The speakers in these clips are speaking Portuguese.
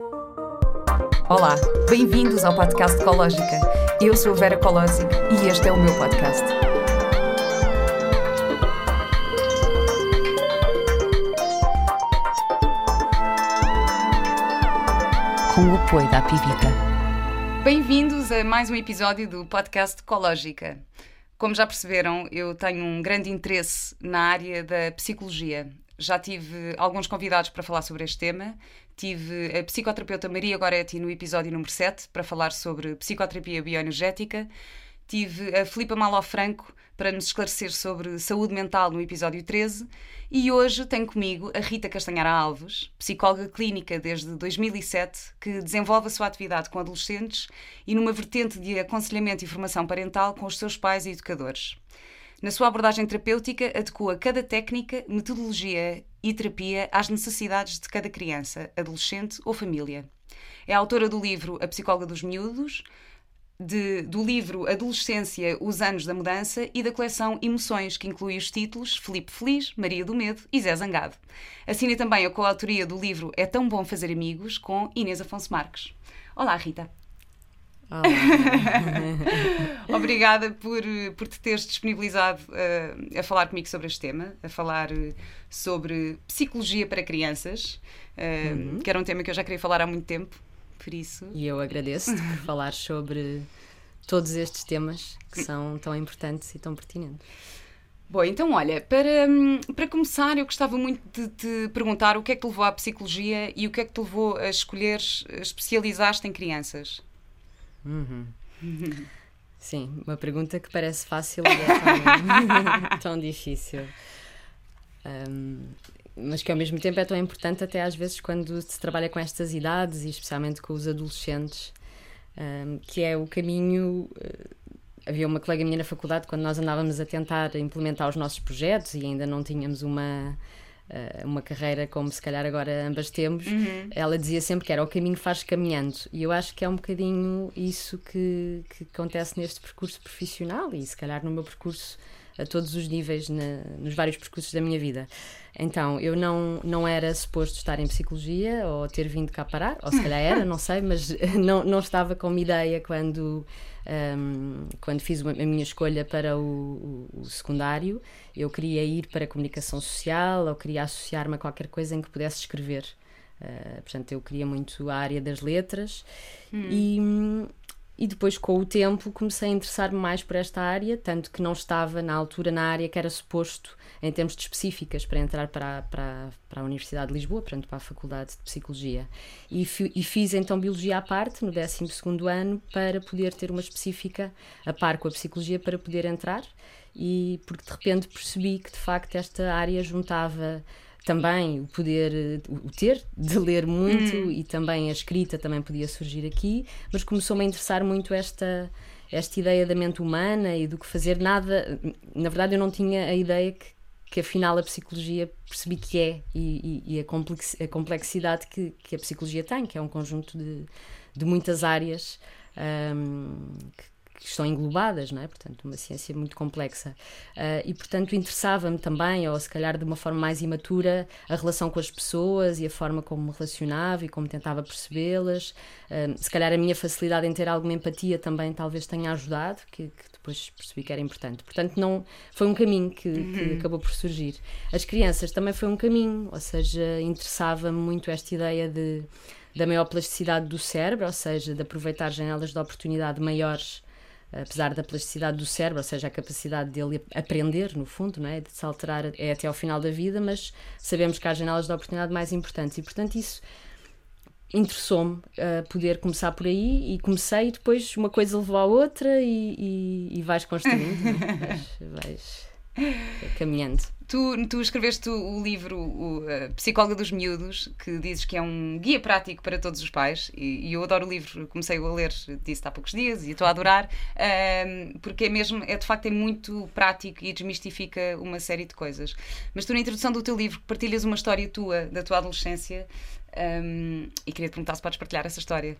Olá, bem-vindos ao podcast Ecológica. Eu sou a Vera Kolosic e este é o meu podcast. Com o apoio da Pivita. Bem-vindos a mais um episódio do podcast Ecológica. Como já perceberam, eu tenho um grande interesse na área da psicologia. Já tive alguns convidados para falar sobre este tema. Tive a psicoterapeuta Maria Goretti no episódio número 7 para falar sobre psicoterapia bioenergética. Tive a Filipa Malofranco para nos esclarecer sobre saúde mental no episódio 13. E hoje tenho comigo a Rita Castanhara Alves, psicóloga clínica desde 2007, que desenvolve a sua atividade com adolescentes e numa vertente de aconselhamento e formação parental com os seus pais e educadores. Na sua abordagem terapêutica, adequa cada técnica, metodologia e terapia às necessidades de cada criança, adolescente ou família. É autora do livro A Psicóloga dos Miúdos, do livro Adolescência, os Anos da Mudança e da coleção Emoções, que inclui os títulos Filipe Feliz, Maria do Medo e Zé Zangado. Assina também a coautoria do livro É Tão Bom Fazer Amigos, com Inês Afonso Marques. Olá, Rita. Olá. Obrigada por te teres disponibilizado a falar comigo sobre este tema, a falar sobre psicologia para crianças, que era um tema que eu já queria falar há muito tempo, por isso... E eu agradeço-te por falar sobre todos estes temas que são tão importantes e tão pertinentes. Bom, então olha, para começar eu gostava muito de te perguntar o que é que te levou à psicologia e o que é que te levou a escolher especializar-te em crianças? Sim, uma pergunta que parece fácil e é tão difícil, mas que ao mesmo tempo é tão importante até às vezes quando se trabalha com estas idades e especialmente com os adolescentes, que é o caminho. Havia uma colega minha na faculdade, quando nós andávamos a tentar implementar os nossos projetos e ainda não tínhamos uma carreira como se calhar agora ambas temos, ela dizia sempre que era o caminho faz caminhando, e eu acho que é um bocadinho isso que acontece neste percurso profissional e se calhar no meu percurso a todos os níveis, nos vários percursos da minha vida. Então, eu não era suposto estar em psicologia ou ter vindo cá parar, ou se calhar era, não sei, mas não estava com uma ideia quando fiz a minha escolha para o secundário. Eu queria ir para a comunicação social ou queria associar-me a qualquer coisa em que pudesse escrever. Portanto, eu queria muito a área das letras e depois, com o tempo, comecei a interessar-me mais por esta área, tanto que não estava na altura na área que era suposto, em termos de específicas, para entrar para a Universidade de Lisboa, portanto, para a Faculdade de Psicologia. E fiz, então, Biologia à parte, no 12º ano, para poder ter uma específica a par com a Psicologia, para poder entrar, e porque, de repente, percebi que, de facto, esta área juntava... também o poder, o ter de ler muito e também a escrita também podia surgir aqui, mas começou-me a interessar muito esta ideia da mente humana e do que fazer. Nada, na verdade eu não tinha a ideia que afinal a psicologia percebi que é e a complexidade que a psicologia tem, que é um conjunto de muitas áreas que estão englobadas, não é? Portanto, uma ciência muito complexa. E, portanto, interessava-me também, ou se calhar de uma forma mais imatura, a relação com as pessoas e a forma como me relacionava e como tentava percebê-las. Se calhar a minha facilidade em ter alguma empatia também talvez tenha ajudado, que depois percebi que era importante. Portanto, não, foi um caminho que acabou por surgir. As crianças também foi um caminho, ou seja, interessava-me muito esta ideia da maior plasticidade do cérebro, ou seja, de aproveitar janelas de oportunidade maiores, apesar da plasticidade do cérebro, ou seja, a capacidade dele aprender, no fundo, não é? De se alterar até ao final da vida, mas sabemos que há janelas de oportunidade mais importantes e, portanto, isso interessou-me poder começar por aí, e comecei e depois uma coisa levou à outra e vais construindo, não é? vais caminhando. Tu escreveste o livro Psicóloga dos Miúdos, que dizes que é um guia prático para todos os pais, e eu adoro o livro, comecei a ler, disse há poucos dias, e estou a adorar, porque é de facto muito prático e desmistifica uma série de coisas. Mas tu, na introdução do teu livro, partilhas uma história tua, da tua adolescência, e queria te perguntar se podes partilhar essa história.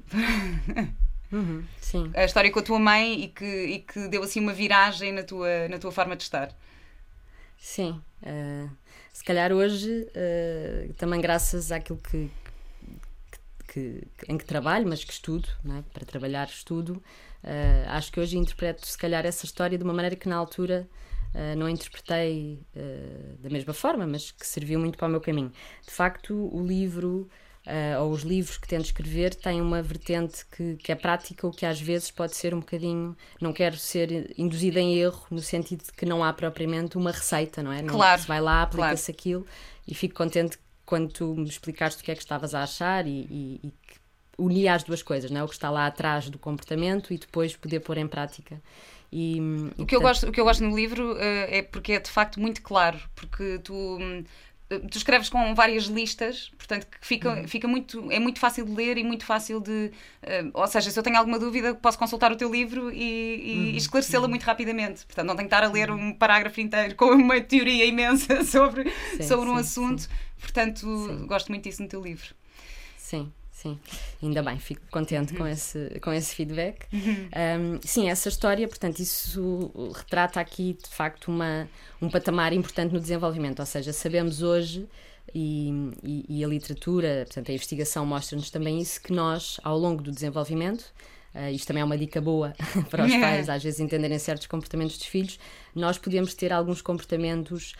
Sim. A história com a tua mãe e que deu assim uma viragem na tua forma de estar. Sim, se calhar hoje, também graças àquilo que em que trabalho, mas que estudo, não é? Para trabalhar estudo. Acho que hoje interpreto, se calhar, essa história de uma maneira que na altura não interpretei da mesma forma, mas que serviu muito para o meu caminho. De facto, o livro, ou os livros que tento escrever, têm uma vertente que é prática, o que às vezes pode ser um bocadinho... Não quero ser induzida em erro, no sentido de que não há propriamente uma receita, não é? Claro. Se vai lá, aplica-se aquilo, e fico contente quando tu me explicaste o que é que estavas a achar e que unia as duas coisas, não é? O que está lá atrás do comportamento e depois poder pôr em prática. O que eu gosto no livro é porque é de facto muito claro, porque tu escreves com várias listas, portanto que fica é muito fácil de ler e muito fácil de... ou seja, se eu tenho alguma dúvida, posso consultar o teu livro e esclarecê-la muito rapidamente. Portanto, não tenho que estar a ler um parágrafo inteiro com uma teoria imensa sobre um assunto. Sim. Portanto, gosto muito disso no teu livro. Sim. Ainda bem, fico contente com esse feedback. Sim, essa história, portanto, isso retrata aqui, de facto, um patamar importante no desenvolvimento. Ou seja, sabemos hoje, e a literatura, portanto, a investigação mostra-nos também isso, que nós, ao longo do desenvolvimento, isto também é uma dica boa para os pais, às vezes, entenderem certos comportamentos dos filhos, nós podemos ter alguns comportamentos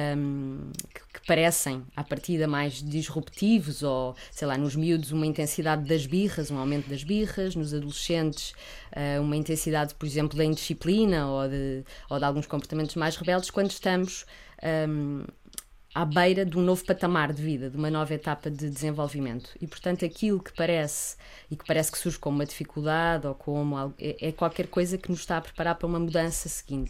que parecem, à partida, mais disruptivos, ou, sei lá, nos miúdos uma intensidade das birras, um aumento das birras, nos adolescentes uma intensidade, por exemplo, da indisciplina ou de alguns comportamentos mais rebeldes, quando estamos à beira de um novo patamar de vida, de uma nova etapa de desenvolvimento. E, portanto, aquilo que parece que surge como uma dificuldade ou como é qualquer coisa que nos está a preparar para uma mudança seguinte.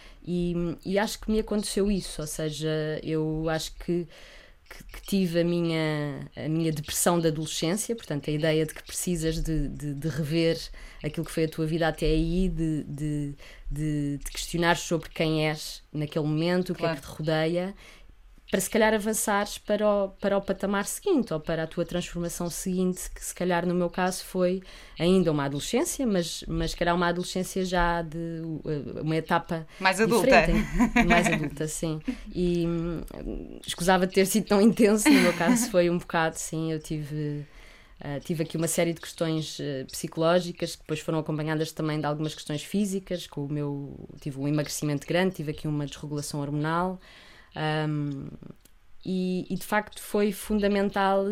E acho que me aconteceu isso, ou seja, eu acho que tive a minha depressão da adolescência, portanto, a ideia de que precisas de rever aquilo que foi a tua vida até aí, de questionar sobre quem és naquele momento, o que é que te rodeia, para se calhar avançares para o patamar seguinte, ou para a tua transformação seguinte, que se calhar no meu caso foi ainda uma adolescência, mas se calhar uma adolescência já de uma etapa mais adulta. Mais adulta, sim. E escusava de ter sido tão intenso, no meu caso foi um bocado, sim, eu tive aqui uma série de questões psicológicas que depois foram acompanhadas também de algumas questões físicas, tive um emagrecimento grande, tive aqui uma desregulação hormonal. E de facto foi fundamental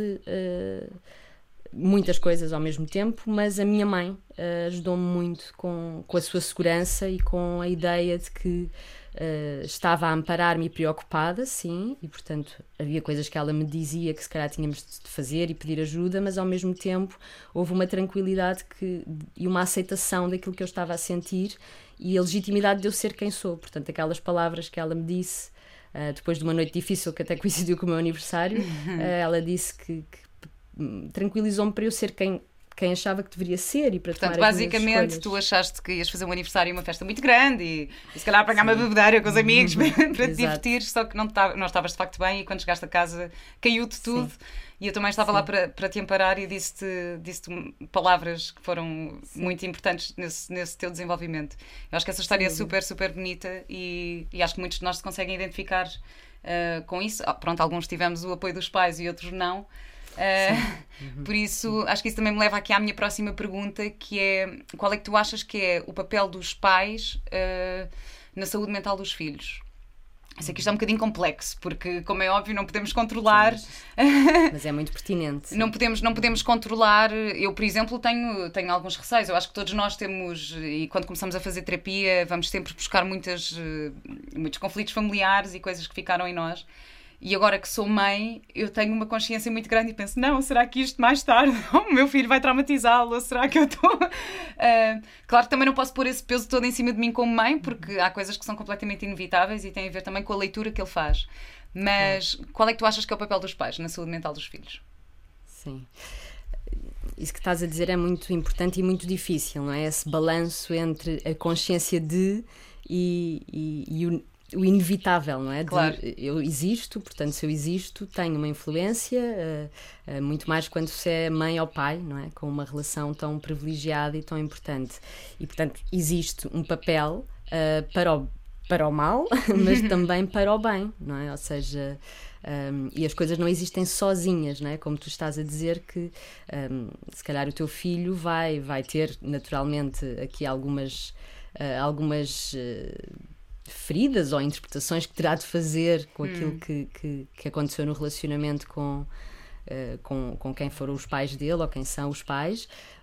muitas coisas ao mesmo tempo, mas a minha mãe ajudou-me muito com a sua segurança e com a ideia de que estava a amparar-me e preocupada, sim, e portanto havia coisas que ela me dizia que se calhar tínhamos de fazer e pedir ajuda, mas ao mesmo tempo houve uma tranquilidade e uma aceitação daquilo que eu estava a sentir e a legitimidade de eu ser quem sou. Portanto, aquelas palavras que ela me disse depois de uma noite difícil que até coincidiu com o meu aniversário, ela disse que tranquilizou-me para eu ser quem achava que deveria ser e para Portanto, tomar as minhas basicamente, escolhas. tu achaste que ias fazer um aniversário e uma festa muito grande e se calhar apanhar uma bebedeira com os amigos para te divertir, só que não estavas de facto bem e quando chegaste a casa caiu-te tudo. Sim. E eu também estava lá para te amparar e disse-te palavras que foram muito importantes nesse teu desenvolvimento. Eu acho que essa história é super, super bonita e acho que muitos de nós se conseguem identificar com isso. Pronto, alguns tivemos o apoio dos pais e outros não. Por isso, acho que isso também me leva aqui à minha próxima pergunta, que é: qual é que tu achas que é o papel dos pais na saúde mental dos filhos? Sei que isto é um bocadinho complexo, porque, como é óbvio, não podemos controlar. Mas é muito pertinente. Não podemos controlar. Eu, por exemplo, tenho alguns receios. Eu acho que todos nós temos, e quando começamos a fazer terapia, vamos sempre buscar muitos conflitos familiares e coisas que ficaram em nós. E agora que sou mãe, eu tenho uma consciência muito grande e penso, não, será que isto mais tarde o meu filho vai traumatizá-lo? Ou será que eu estou... Claro que também não posso pôr esse peso todo em cima de mim como mãe, porque há coisas que são completamente inevitáveis e têm a ver também com a leitura que ele faz. Mas qual é que tu achas que é o papel dos pais na saúde mental dos filhos? Sim. Isso que estás a dizer é muito importante e muito difícil, não é? Esse balanço entre a consciência e o inevitável, não é? Claro. Eu existo, portanto, se eu existo, tenho uma influência, muito mais quando se é mãe ou pai, não é? Com uma relação tão privilegiada e tão importante. E, portanto, existe um papel para o mal, mas também para o bem, não é? Ou seja, E as coisas não existem sozinhas, não é? Como tu estás a dizer que se calhar o teu filho vai ter naturalmente aqui algumas feridas ou interpretações que terá de fazer com aquilo que aconteceu no relacionamento com quem foram os pais dele ou quem são os pais.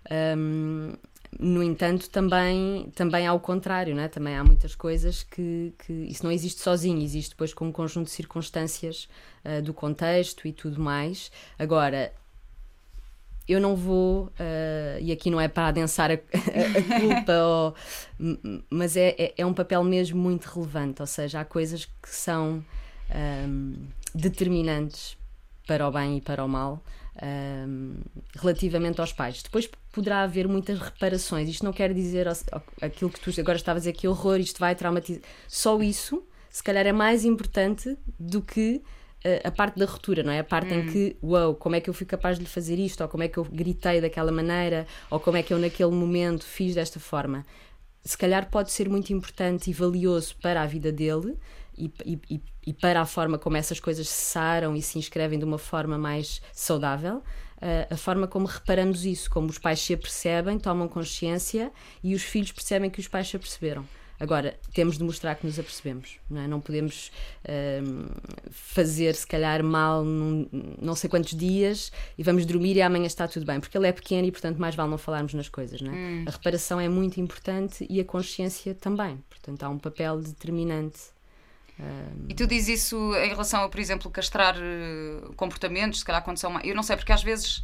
No entanto, também há o contrário, não é? Também há muitas coisas que isso não existe sozinho, existe depois com um conjunto de circunstâncias do contexto e tudo mais. Agora, eu não vou, e aqui não é para adensar a culpa, mas é um papel mesmo muito relevante, ou seja, há coisas que são determinantes para o bem e para o mal, relativamente aos pais. Depois poderá haver muitas reparações. Isto não quer dizer aquilo que tu agora estavas a dizer, que horror, isto vai traumatizar. Só isso, se calhar, é mais importante do que a parte da ruptura, não é? A parte em que, como é que eu fui capaz de lhe fazer isto, ou como é que eu gritei daquela maneira, ou como é que eu naquele momento fiz desta forma. Se calhar pode ser muito importante e valioso para a vida dele e para a forma como essas coisas cessaram e se inscrevem de uma forma mais saudável, a forma como reparamos isso, como os pais se apercebem, tomam consciência e os filhos percebem que os pais se aperceberam. Agora, temos de mostrar que nos apercebemos, não é? Não podemos fazer, se calhar, mal não sei quantos dias e vamos dormir e amanhã está tudo bem, porque ele é pequeno e, portanto, mais vale não falarmos nas coisas, não é? A reparação é muito importante e a consciência também, portanto, há um papel determinante. E tu dizes isso em relação a, por exemplo, castrar comportamentos, se calhar quando são... Eu não sei, porque às vezes...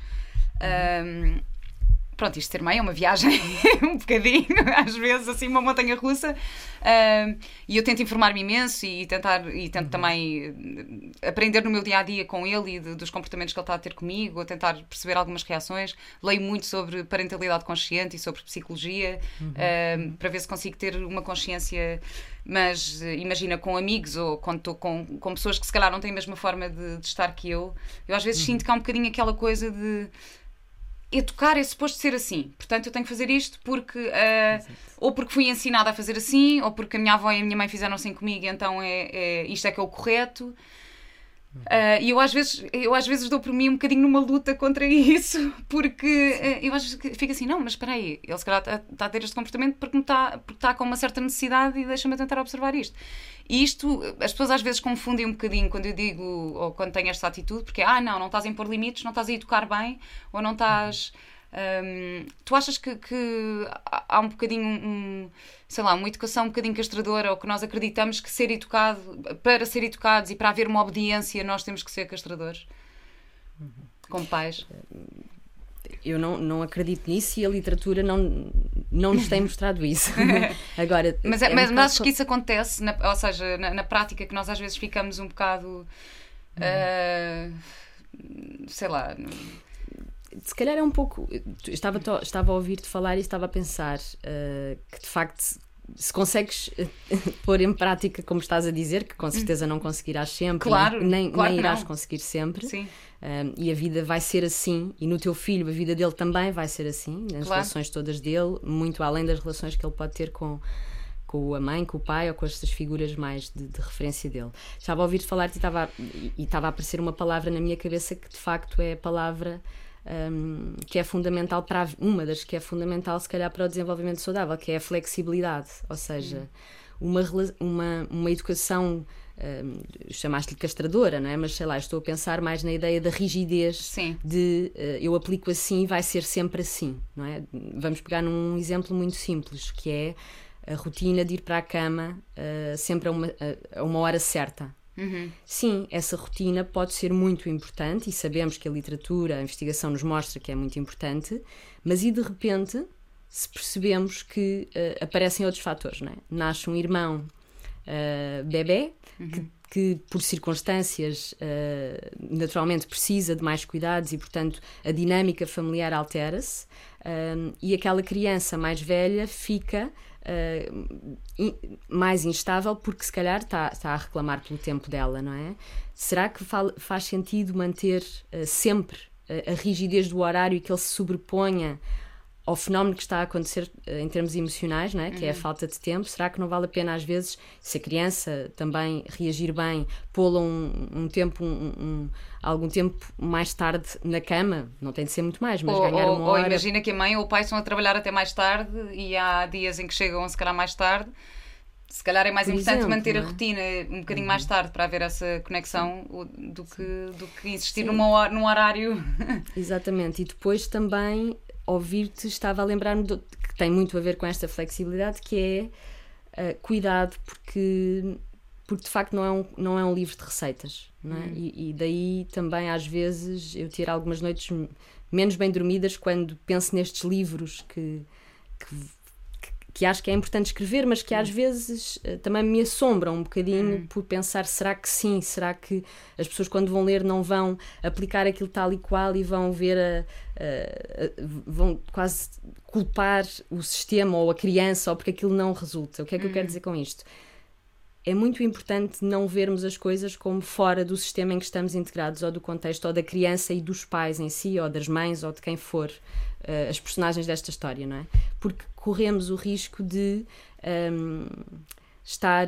Pronto, isto ter mãe é uma viagem um bocadinho, às vezes, assim, uma montanha-russa, e eu tento informar-me imenso e tento também aprender no meu dia-a-dia com ele e dos comportamentos que ele está a ter comigo, a tentar perceber algumas reações. Leio muito sobre parentalidade consciente e sobre psicologia, para ver se consigo ter uma consciência, mas imagina, com amigos ou quando estou com pessoas que se calhar não têm a mesma forma de estar que eu às vezes sinto que há um bocadinho aquela coisa de educar é suposto ser assim, portanto eu tenho que fazer isto porque ou porque fui ensinada a fazer assim, ou porque a minha avó e a minha mãe fizeram assim comigo, então isto é que é o correto. E eu às vezes dou por mim um bocadinho numa luta contra isso, porque eu às vezes fico assim, não, mas espera aí, ele se calhar está a ter este comportamento porque está com uma certa necessidade e deixa-me tentar observar isto. E isto, as pessoas às vezes confundem um bocadinho quando eu digo, ou quando tenho esta atitude, porque não estás a impor limites, não estás a educar bem, ou não estás... tu achas que há um bocadinho sei lá, uma educação um bocadinho castradora, ou que nós acreditamos que para ser educados e para haver uma obediência nós temos que ser castradores como pais? Eu não acredito nisso e a literatura não nos tem mostrado isso. Agora, mas achas que isso acontece, ou seja, na prática, que nós às vezes ficamos um bocado sei lá... Se calhar é um pouco... Estava a ouvir-te falar e estava a pensar que, de facto, se consegues pôr em prática, como estás a dizer, que com certeza não conseguirás sempre, claro, nem irás não conseguir sempre. Sim. E a vida vai ser assim, e no teu filho a vida dele também vai ser assim, nas relações todas dele, muito além das relações que ele pode ter com a mãe, com o pai ou com estas figuras mais de referência dele. Estava a ouvir-te falar-te e estava a aparecer uma palavra na minha cabeça que de facto é a palavra que é fundamental uma das que é fundamental se calhar para o desenvolvimento saudável, que é a flexibilidade, ou seja, uma educação, chamaste-lhe castradora, não é? Mas sei lá, estou a pensar mais na ideia da rigidez. Sim. De eu aplico assim e vai ser sempre assim, não é? Vamos pegar num exemplo muito simples, que é a rotina de ir para a cama sempre a uma hora certa. Sim, essa rotina pode ser muito importante e sabemos que a literatura, a investigação nos mostra que é muito importante, mas e de repente, se percebemos que aparecem outros fatores, não é? Nasce um irmão bebé que por circunstâncias naturalmente precisa de mais cuidados e portanto a dinâmica familiar altera-se, e aquela criança mais velha fica mais instável porque se calhar está a reclamar pelo tempo dela, não é? Será que faz sentido manter sempre a rigidez do horário e que ele se sobreponha ao fenómeno que está a acontecer em termos emocionais, não é? Que é a falta de tempo. Será que não vale a pena, às vezes, se a criança também reagir bem, pô-la algum tempo mais tarde na cama? Não tem de ser muito mais, mas ganhar uma hora... Ou imagina que a mãe ou o pai estão a trabalhar até mais tarde e há dias em que chegam, se calhar, mais tarde. Se calhar é mais importante manter a rotina um bocadinho mais tarde para haver essa conexão do que insistir num horário. Exatamente. E depois também ouvir-te, estava a lembrar-me que tem muito a ver com esta flexibilidade, que é cuidado, porque de facto não é um livro de receitas, não é? E daí também às vezes eu ter algumas noites menos bem dormidas quando penso nestes livros que acho que é importante escrever, mas que às vezes também me assombram um bocadinho por pensar, será que sim? Será que as pessoas quando vão ler não vão aplicar aquilo tal e qual e vão ver vão quase culpar o sistema ou a criança ou porque aquilo não resulta? O que é que eu quero dizer com isto? É muito importante não vermos as coisas como fora do sistema em que estamos integrados, ou do contexto, ou da criança e dos pais em si, ou das mães, ou de quem for as personagens desta história, não é? Porque corremos o risco de estar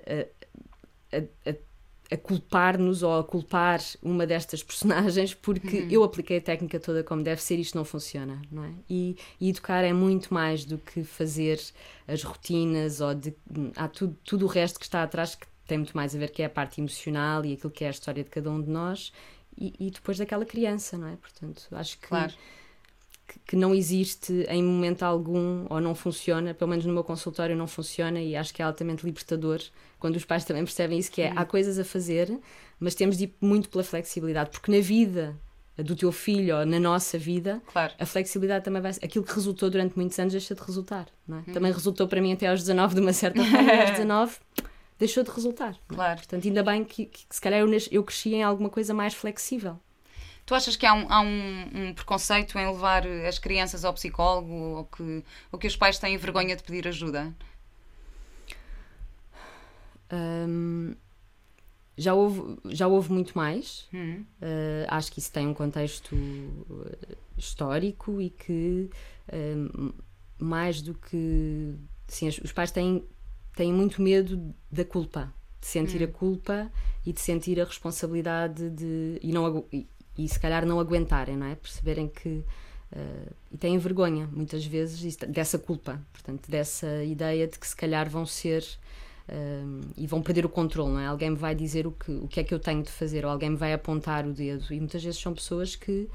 a culpar-nos ou a culpar uma destas personagens porque eu apliquei a técnica toda como deve ser e isto não funciona, não é? E educar é muito mais do que fazer as rotinas há tudo o resto que está atrás que tem muito mais a ver, que é a parte emocional e aquilo que é a história de cada um de nós e depois daquela criança, não é? Portanto, acho que claro. Que não existe em momento algum, ou não funciona, pelo menos no meu consultório não funciona, e acho que é altamente libertador quando os pais também percebem isso, que é, há coisas a fazer, mas temos de ir muito pela flexibilidade, porque na vida do teu filho ou na nossa vida, claro, a flexibilidade também vai... Aquilo que resultou durante muitos anos deixa de resultar, não é? Também resultou para mim até aos 19 de uma certa forma, e aos 19 deixou de resultar. Claro. Portanto, ainda bem que se calhar eu cresci em alguma coisa mais flexível. Tu achas que há um preconceito em levar as crianças ao psicólogo ou que os pais têm vergonha de pedir ajuda? Já houve muito mais. Acho que isso tem um contexto histórico e que mais do que... Sim, os pais têm muito medo da culpa, de sentir a culpa e de sentir a responsabilidade e se calhar não aguentarem, não é? Perceberem que... e têm vergonha, muitas vezes, dessa culpa. Portanto, dessa ideia de que se calhar vão ser... e vão perder o controle, não é? Alguém me vai dizer o que é que eu tenho de fazer, ou alguém me vai apontar o dedo. E muitas vezes são pessoas que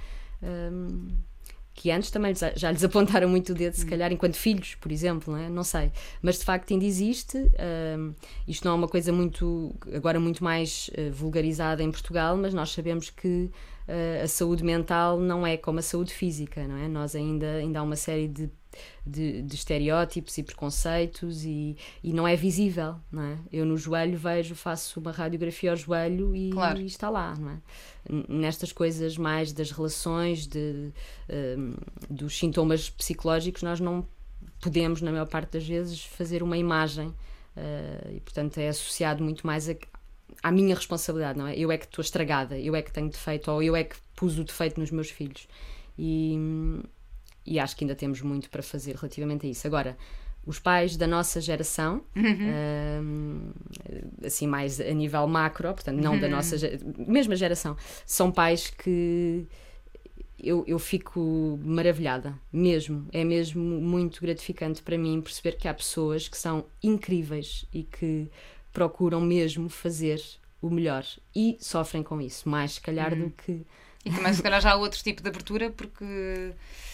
antes também já lhes apontaram muito o dedo, se calhar enquanto filhos, por exemplo, não é? Não sei. Mas de facto ainda existe. Isto não é uma coisa agora muito mais vulgarizada em Portugal, mas nós sabemos que a saúde mental não é como a saúde física, não é? Nós ainda há uma série de estereótipos e preconceitos e não é visível, não é? Eu no joelho faço uma radiografia ao joelho e, claro, e está lá, não é? Nestas coisas mais das relações, dos sintomas psicológicos, nós não podemos, na maior parte das vezes, fazer uma imagem e, portanto, é associado muito mais à minha responsabilidade, não é? Eu é que estou estragada, eu é que tenho defeito, ou eu é que pus o defeito nos meus filhos. E acho que ainda temos muito para fazer relativamente a isso. Agora, os pais da nossa geração, assim mais a nível macro, portanto não da nossa mesma geração, são pais que eu fico maravilhada, mesmo. É mesmo muito gratificante para mim perceber que há pessoas que são incríveis e que procuram mesmo fazer o melhor e sofrem com isso, mais se calhar do que... E também se calhar já há outro tipo de abertura, porque...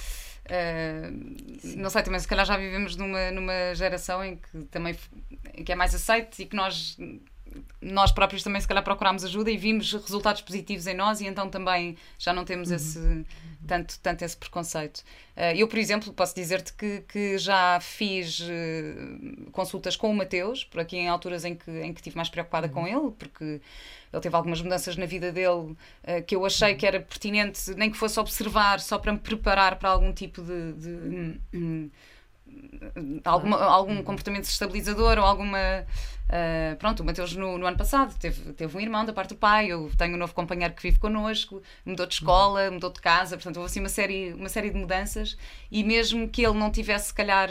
não sei, também se calhar já vivemos numa geração em que é mais aceite e que nós próprios também se calhar procurámos ajuda e vimos resultados positivos em nós e então também já não temos tanto esse preconceito. Eu, por exemplo, posso dizer-te que já fiz consultas com o Mateus, por aqui em alturas em que estive mais preocupada com ele, porque ele teve algumas mudanças na vida dele que eu achei que era pertinente, nem que fosse observar, só para me preparar para algum tipo algum comportamento estabilizador ou alguma... pronto, o Mateus no ano passado teve um irmão da parte do pai, eu tenho um novo companheiro que vive connosco, mudou de escola, mudou de casa, portanto houve assim uma série de mudanças, e mesmo que ele não tivesse se calhar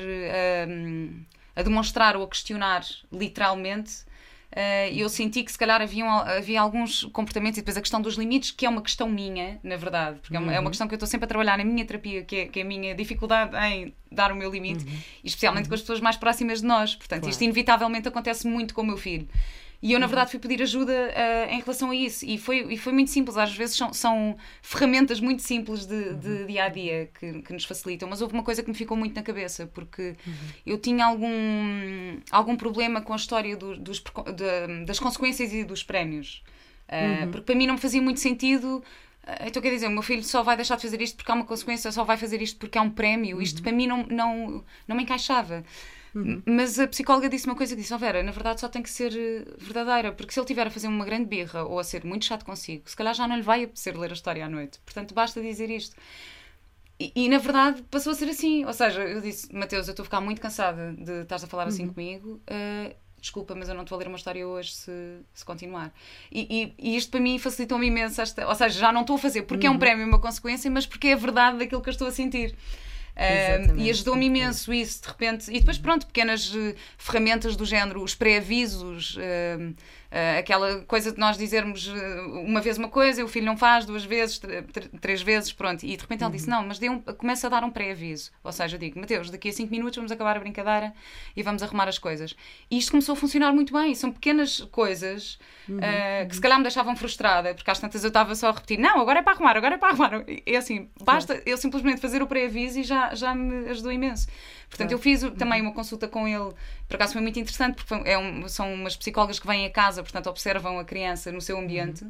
a demonstrar ou a questionar literalmente, eu senti que se calhar havia alguns comportamentos, e depois a questão dos limites, que é uma questão minha, na verdade, porque é uma questão que eu estou sempre a trabalhar na minha terapia, que é a minha dificuldade em dar o meu limite, e especialmente com as pessoas mais próximas de nós. Portanto, isto inevitavelmente acontece muito com o meu filho. E eu, na verdade, fui pedir ajuda em relação a isso. E foi muito simples. Às vezes são ferramentas muito simples de dia a dia que nos facilitam. Mas houve uma coisa que me ficou muito na cabeça, porque eu tinha algum problema com a história das consequências e dos prémios. Porque para mim não me fazia muito sentido. Então, quer dizer, o meu filho só vai deixar de fazer isto porque há uma consequência, só vai fazer isto porque há um prémio. Isto para mim não me encaixava. Mas a psicóloga disse uma coisa que disse: Vera, na verdade só tem que ser verdadeira, porque se ele estiver a fazer uma grande birra ou a ser muito chato consigo, se calhar já não lhe vai apetecer ler a história à noite, portanto basta dizer isto. E na verdade passou a ser assim. Ou seja, eu disse: Mateus, eu estou a ficar muito cansada de estares a falar assim comigo, desculpa, mas eu não estou a ler uma história hoje se continuar. E isto para mim facilitou-me imenso ou seja, já não estou a fazer porque é um prémio e uma consequência, mas porque é a verdade daquilo que eu estou a sentir. E ajudou-me imenso isso, de repente. E depois, pronto, pequenas ferramentas do género, os pré-avisos, aquela coisa de nós dizermos uma vez uma coisa e o filho não faz, 2 vezes, 3 vezes, pronto. E de repente ele disse: não, mas começa a dar um pré-aviso. Ou seja, eu digo: Mateus, daqui a 5 minutos vamos acabar a brincadeira e vamos arrumar as coisas. E isto começou a funcionar muito bem. São pequenas coisas que se calhar me deixavam frustrada, porque às tantas eu estava só a repetir: não, agora é para arrumar, agora é para arrumar. É assim, basta eu simplesmente fazer o pré-aviso e já me ajudou imenso. Portanto, eu fiz também uma consulta com ele, por acaso foi muito interessante, porque são umas psicólogas que vêm a casa, portanto observam a criança no seu ambiente.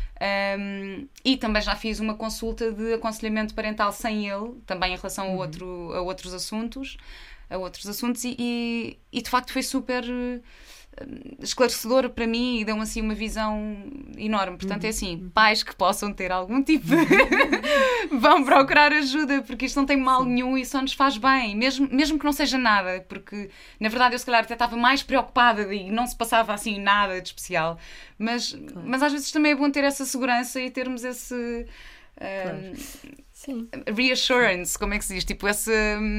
E também já fiz uma consulta de aconselhamento parental sem ele, também em relação a outros assuntos, e de facto foi super esclarecedor para mim e deu-me assim uma visão enorme. Portanto, é assim, pais que possam ter algum tipo de... vão procurar ajuda, porque isto não tem mal nenhum e só nos faz bem, mesmo que não seja nada, porque na verdade eu se calhar até estava mais preocupada e não se passava assim nada de especial, mas às vezes também é bom ter essa segurança e termos esse reassurance, como é que se diz? Tipo, esse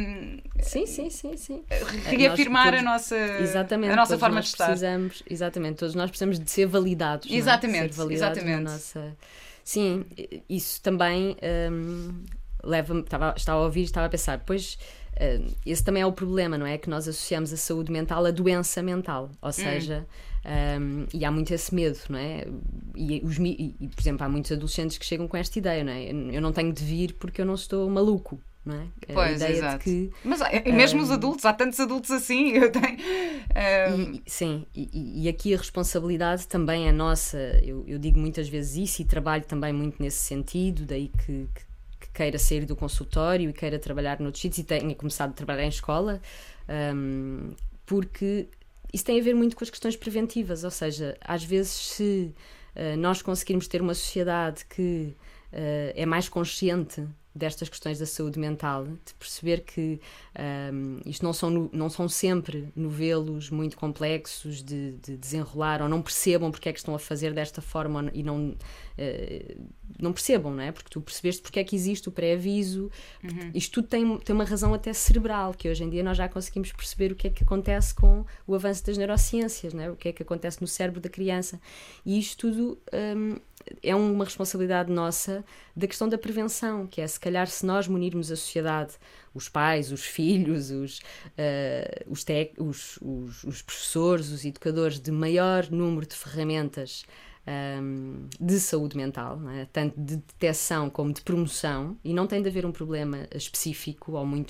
reafirmar a nossa forma de estar. Exatamente, todos nós precisamos de ser validados. Exatamente, ser validados na nossa... Sim, isso também leva-me, estava a ouvir e estava a pensar, pois esse também é o problema, não é? Que nós associamos a saúde mental à doença mental, ou seja, e há muito esse medo, não é? E, por exemplo, há muitos adolescentes que chegam com esta ideia, não é? Eu não tenho de vir porque eu não estou maluco, não é? Pois, exato. Mas mesmo os adultos, há tantos adultos assim, eu tenho... E aqui a responsabilidade também é nossa, eu digo muitas vezes isso e trabalho também muito nesse sentido, daí que queira sair do consultório e queira trabalhar noutros sítios e tenha começado a trabalhar em escola, porque isso tem a ver muito com as questões preventivas, ou seja, às vezes se nós conseguirmos ter uma sociedade que é mais consciente destas questões da saúde mental, de perceber que isto não são sempre novelos muito complexos de desenrolar, ou não percebam porque é que estão a fazer desta forma e não percebam, não é? Porque tu percebeste porque é que existe o pré-aviso. Isto tudo tem uma razão até cerebral, que hoje em dia nós já conseguimos perceber o que é que acontece com o avanço das neurociências, não é? O que é que acontece no cérebro da criança. E isto tudo é uma responsabilidade nossa da questão da prevenção, que é, se calhar, se nós munirmos a sociedade, os pais, os filhos, os professores, os educadores, de maior número de ferramentas de saúde mental, não é? Tanto de detecção como de promoção, e não tem de haver um problema específico ou muito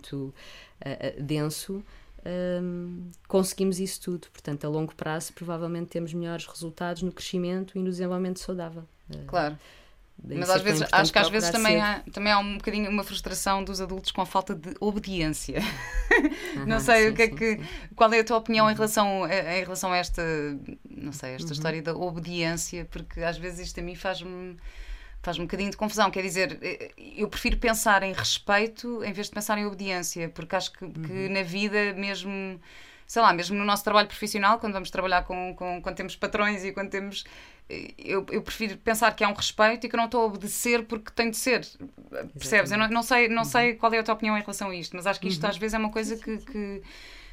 denso, conseguimos isso tudo. Portanto, a longo prazo provavelmente temos melhores resultados no crescimento e no desenvolvimento saudável. Claro. Mas às vezes, acho que às vezes também há um bocadinho uma frustração dos adultos com a falta de obediência. Não sei qual é a tua opinião em relação a esta, não sei, esta história da obediência, porque às vezes isto a mim faz-me um bocadinho de confusão. Quer dizer, eu prefiro pensar em respeito em vez de pensar em obediência, porque acho que na vida mesmo, sei lá, mesmo no nosso trabalho profissional, quando vamos trabalhar quando temos patrões e quando temos... Eu prefiro pensar que há um respeito e que eu não estou a obedecer porque tenho de ser. Percebes? Eu não sei qual é a tua opinião em relação a isto, mas acho que isto às vezes é uma coisa que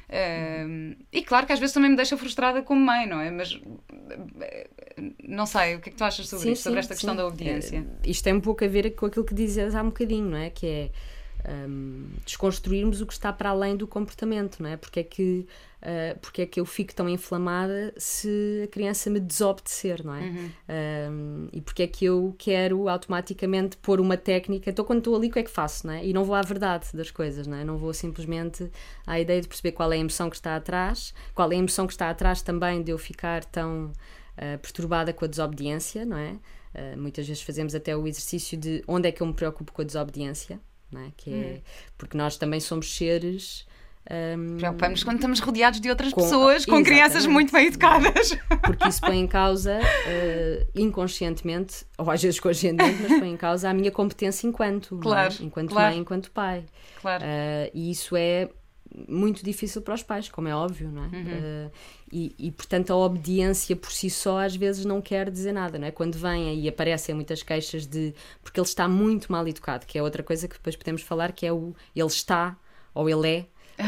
e claro que às vezes também me deixa frustrada como mãe, não é? Mas não sei, o que é que tu achas sobre isto, sobre esta questão da obediência? Isto tem um pouco a ver com aquilo que dizias há um bocadinho, não é? Que é desconstruirmos o que está para além do comportamento, não é? Porque é que eu fico tão inflamada se a criança me desobedecer, não é? E porque é que eu quero automaticamente pôr uma técnica, então quando estou ali o que é que faço, não é? E não vou à verdade das coisas, não é? Não vou simplesmente à ideia de perceber qual é a emoção que está atrás, qual é a emoção que está atrás também de eu ficar tão perturbada com a desobediência, não é? Muitas vezes fazemos até o exercício de onde é que eu me preocupo com a desobediência, não é? Que é porque nós também somos seres... Preocupamos quando estamos rodeados de outras pessoas com crianças muito bem educadas. Porque isso põe em causa, inconscientemente, ou às vezes conscientemente, mas põe em causa a minha competência enquanto mãe, enquanto pai. Claro. E isso é muito difícil para os pais, como é óbvio, não é? E portanto a obediência por si só às vezes não quer dizer nada, não é? Quando vêm e aparecem muitas queixas de porque ele está muito mal educado, que é outra coisa que depois podemos falar, que é o ele está ou ele é.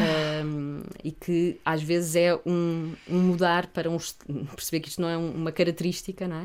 E que às vezes é um mudar para perceber que isto não é uma característica, não é?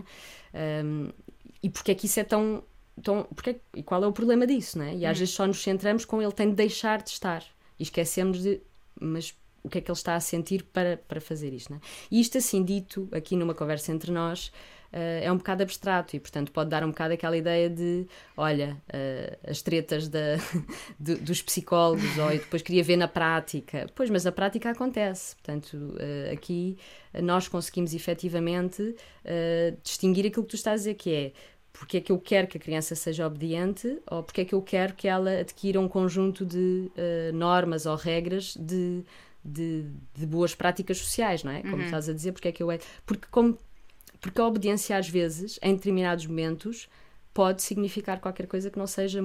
E porque é que isso é tão e qual é o problema disso, não é? E às vezes só nos centramos com ele tem de deixar de estar e esquecemos de mas o que é que ele está a sentir para fazer isto, não é? E isto assim dito aqui numa conversa entre nós é um bocado abstrato e portanto pode dar um bocado aquela ideia de olha, as tretas dos psicólogos ou eu depois queria ver na prática, pois, mas a prática acontece, portanto aqui nós conseguimos efetivamente distinguir aquilo que tu estás a dizer, que é porque é que eu quero que a criança seja obediente ou porque é que eu quero que ela adquira um conjunto de normas ou regras de boas práticas sociais, não é? Como estás a dizer, porque é que porque a obediência às vezes, em determinados momentos, pode significar qualquer coisa que não seja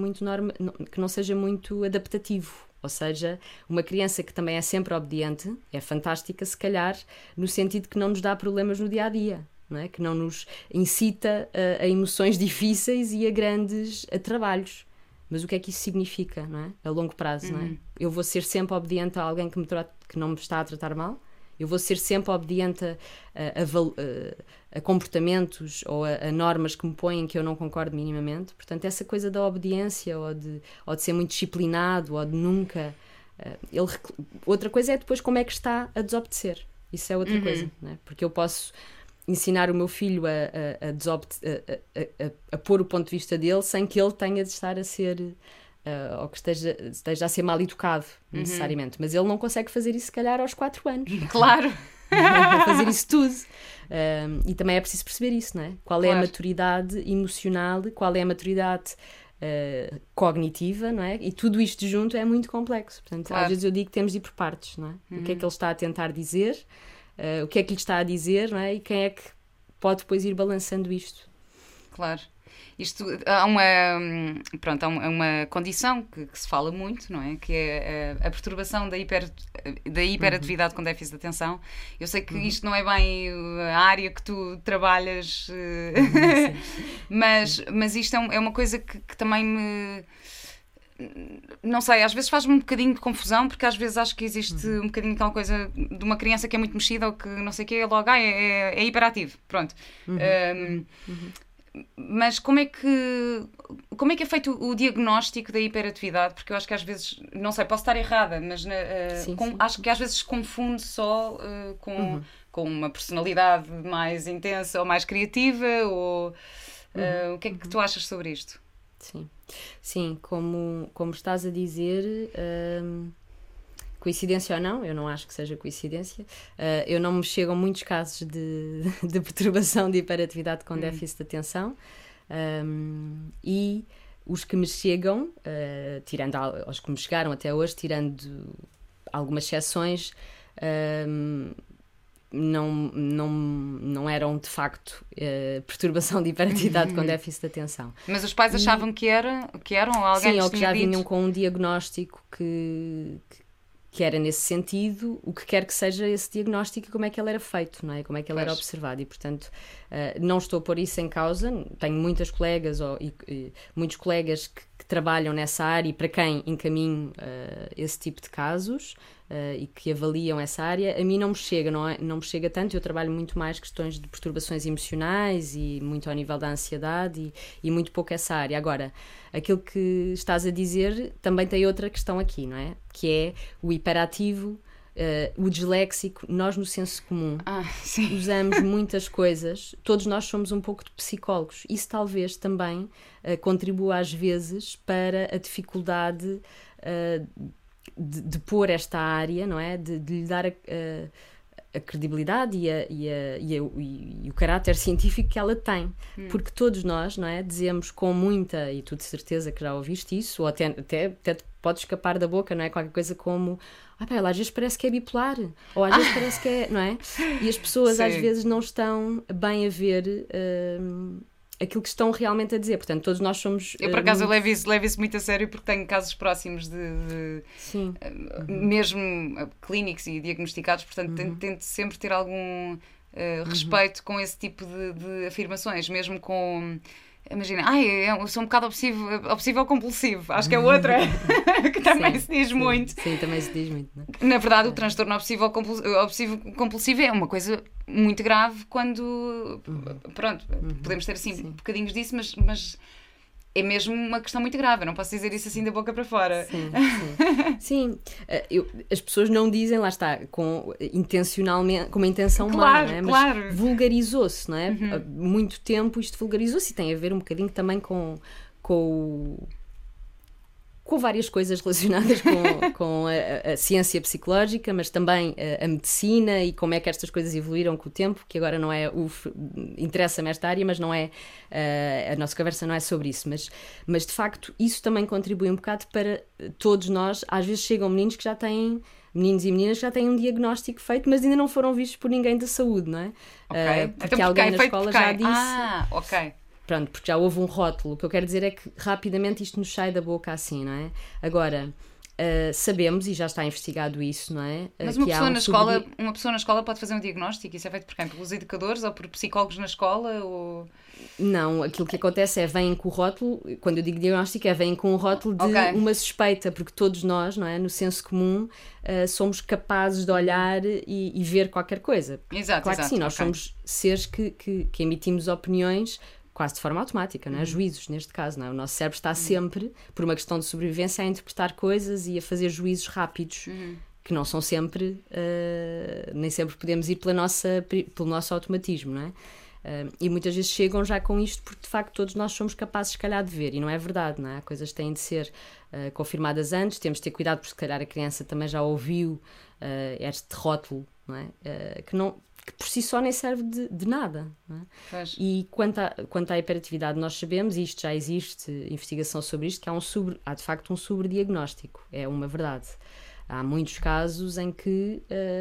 muito adaptativo. Ou seja, uma criança que também é sempre obediente é fantástica, se calhar, no sentido que não nos dá problemas no dia-a-dia, não é? Que não nos incita a emoções difíceis e a trabalhos. Mas o que é que isso significa, não é? A longo prazo, não é? Eu vou ser sempre obediente a alguém que não me está a tratar mal? Eu vou ser sempre obediente a comportamentos ou a normas que me põem que eu não concordo minimamente. Portanto, essa coisa da obediência ou de ser muito disciplinado ou de nunca... outra coisa é depois como é que está a desobedecer. Isso é outra coisa, não é? Porque eu posso ensinar o meu filho a pôr o ponto de vista dele sem que ele tenha de estar a ser... ou que esteja a ser mal educado, necessariamente. Mas ele não consegue fazer isso, se calhar, aos 4 anos. Claro! Fazer isso tudo. E também é preciso perceber isso, não é? Qual é a maturidade emocional, qual é a maturidade cognitiva, não é? E tudo isto junto é muito complexo. Portanto, às vezes eu digo que temos de ir por partes, não é? O que é que ele está a tentar dizer, o que é que lhe está a dizer, não é? E quem é que pode depois ir balançando isto. Claro. Isto há uma condição que se fala muito, não é? Que é a perturbação da hiperatividade com déficit de atenção. Eu sei que isto não é bem a área que tu trabalhas, mas isto é uma coisa que também me... Não sei, às vezes faz-me um bocadinho de confusão, porque às vezes acho que existe um bocadinho aquela coisa de uma criança que é muito mexida ou que não sei o quê, logo é hiperativo, pronto. Mas como é que é feito o diagnóstico da hiperatividade? Porque eu acho que às vezes, não sei, posso estar errada, mas acho que às vezes se confunde só com uma personalidade mais intensa ou mais criativa, ou o que é que tu achas sobre isto? Sim, como estás a dizer, coincidência ou não, eu não acho que seja coincidência, eu não me chegam muitos casos de perturbação de hiperatividade com déficit de atenção, e os que me chegam, tirando os que me chegaram até hoje, tirando algumas exceções, não eram de facto perturbação de hiperatividade com déficit de atenção. Mas os pais achavam que eram alguém sim, ou que já dito? vinham com um diagnóstico que era nesse sentido, o que quer que seja esse diagnóstico e como é que ele era feito, não é? Como é que ele era observado. E, portanto, não estou a pôr isso em causa. Tenho muitas colegas muitos colegas que trabalham nessa área e para quem encaminho esse tipo de casos e que avaliam essa área. A mim não me chega, não me chega tanto. Eu trabalho muito mais questões de perturbações emocionais e muito ao nível da ansiedade e muito pouco essa área. Agora, aquilo que estás a dizer também tem outra questão aqui, não é? Que é o hiperativo, o disléxico. Nós no senso comum usamos muitas coisas, todos nós somos um pouco de psicólogos. Isso talvez também contribua às vezes para a dificuldade de pôr esta área, não é? De lhe dar a credibilidade e o caráter científico que ela tem. Porque todos nós, não é? Dizemos com muita, e tu de certeza que já ouviste isso, ou até te pode escapar da boca, não é? Qualquer coisa como ela às vezes parece que é bipolar, ou às vezes parece que é, não é? E as pessoas às vezes não estão bem a ver aquilo que estão realmente a dizer. Portanto, todos nós somos... Eu, por acaso, levo isso muito a sério porque tenho casos próximos de mesmo clínicos e diagnosticados, portanto, tento sempre ter algum respeito com esse tipo de afirmações, mesmo com... Imagina, eu sou um bocado obsessivo compulsivo. Acho que é outra que também se diz muito. Sim, também se diz muito. Não é? Na verdade, o transtorno obsessivo compulsivo é uma coisa muito grave quando... Pronto, podemos ter assim bocadinhos disso, mas é mesmo uma questão muito grave. Eu não posso dizer isso assim da boca para fora. Sim. As pessoas não dizem, lá está, intencionalmente, com uma intenção má, não é? Mas vulgarizou-se, não é? Há muito tempo isto vulgarizou-se e tem a ver um bocadinho também com várias coisas relacionadas com a ciência psicológica, mas também a medicina e como é que estas coisas evoluíram com o tempo, que agora não é interessa-me esta área, mas não é a nossa conversa não é sobre isso, mas de facto isso também contribui um bocado para todos nós. Às vezes chegam meninos e meninas que já têm um diagnóstico feito, mas ainda não foram vistos por ninguém da saúde, não é? Porque então, alguém na escola já disse... ok. Pronto, porque já houve um rótulo. O que eu quero dizer é que rapidamente isto nos sai da boca assim, não é? Agora, sabemos, e já está investigado isso, não é? Mas uma pessoa na escola pode fazer um diagnóstico? Isso é feito por quem? Pelos educadores ou por psicólogos na escola? Ou... Não, aquilo que acontece é vêm com o rótulo, quando eu digo diagnóstico vêm com o rótulo de uma suspeita, porque todos nós, não é? No senso comum, somos capazes de olhar e ver qualquer coisa. Exato, claro que sim, nós somos seres que emitimos opiniões quase de forma automática, não é? Juízos, neste caso, não é? O nosso cérebro está sempre, por uma questão de sobrevivência, a interpretar coisas e a fazer juízos rápidos, que não são sempre, nem sempre podemos ir pelo nosso automatismo, não é? E muitas vezes chegam já com isto porque de facto todos nós somos capazes se calhar de ver, e não é verdade, não é? Coisas têm de ser confirmadas antes, temos de ter cuidado porque se calhar a criança também já ouviu este rótulo, não é? Que por si só nem serve de nada, não é? E quanto à hiperatividade, nós sabemos, e isto já existe investigação sobre isto, que há de facto um sobrediagnóstico, é uma verdade. Há muitos casos em que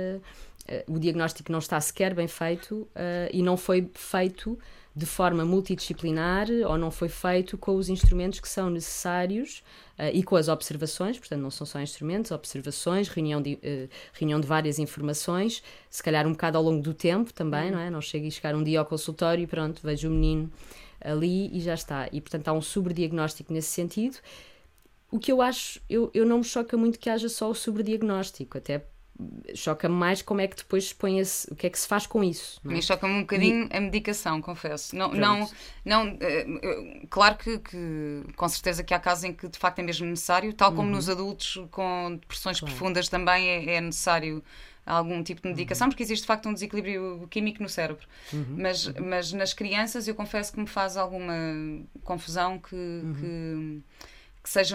o diagnóstico não está sequer bem feito e não foi feito de forma multidisciplinar ou não foi feito com os instrumentos que são necessários e com as observações, portanto não são só instrumentos, observações, reunião de várias informações, se calhar um bocado ao longo do tempo também, não é? Não chega a chegar um dia ao consultório e pronto, vejo o menino ali e já está. E portanto há um sobrediagnóstico nesse sentido. O que eu acho, eu não me choca muito que haja só o sobrediagnóstico, até choca-me mais como é que depois se põe o que é que se faz com isso. Não é? Me choca-me um bocadinho a medicação, confesso. Claro que com certeza que há casos em que de facto é mesmo necessário, tal como nos adultos com depressões profundas também é necessário algum tipo de medicação, porque existe de facto um desequilíbrio químico no cérebro. Mas nas crianças eu confesso que me faz alguma confusão que seja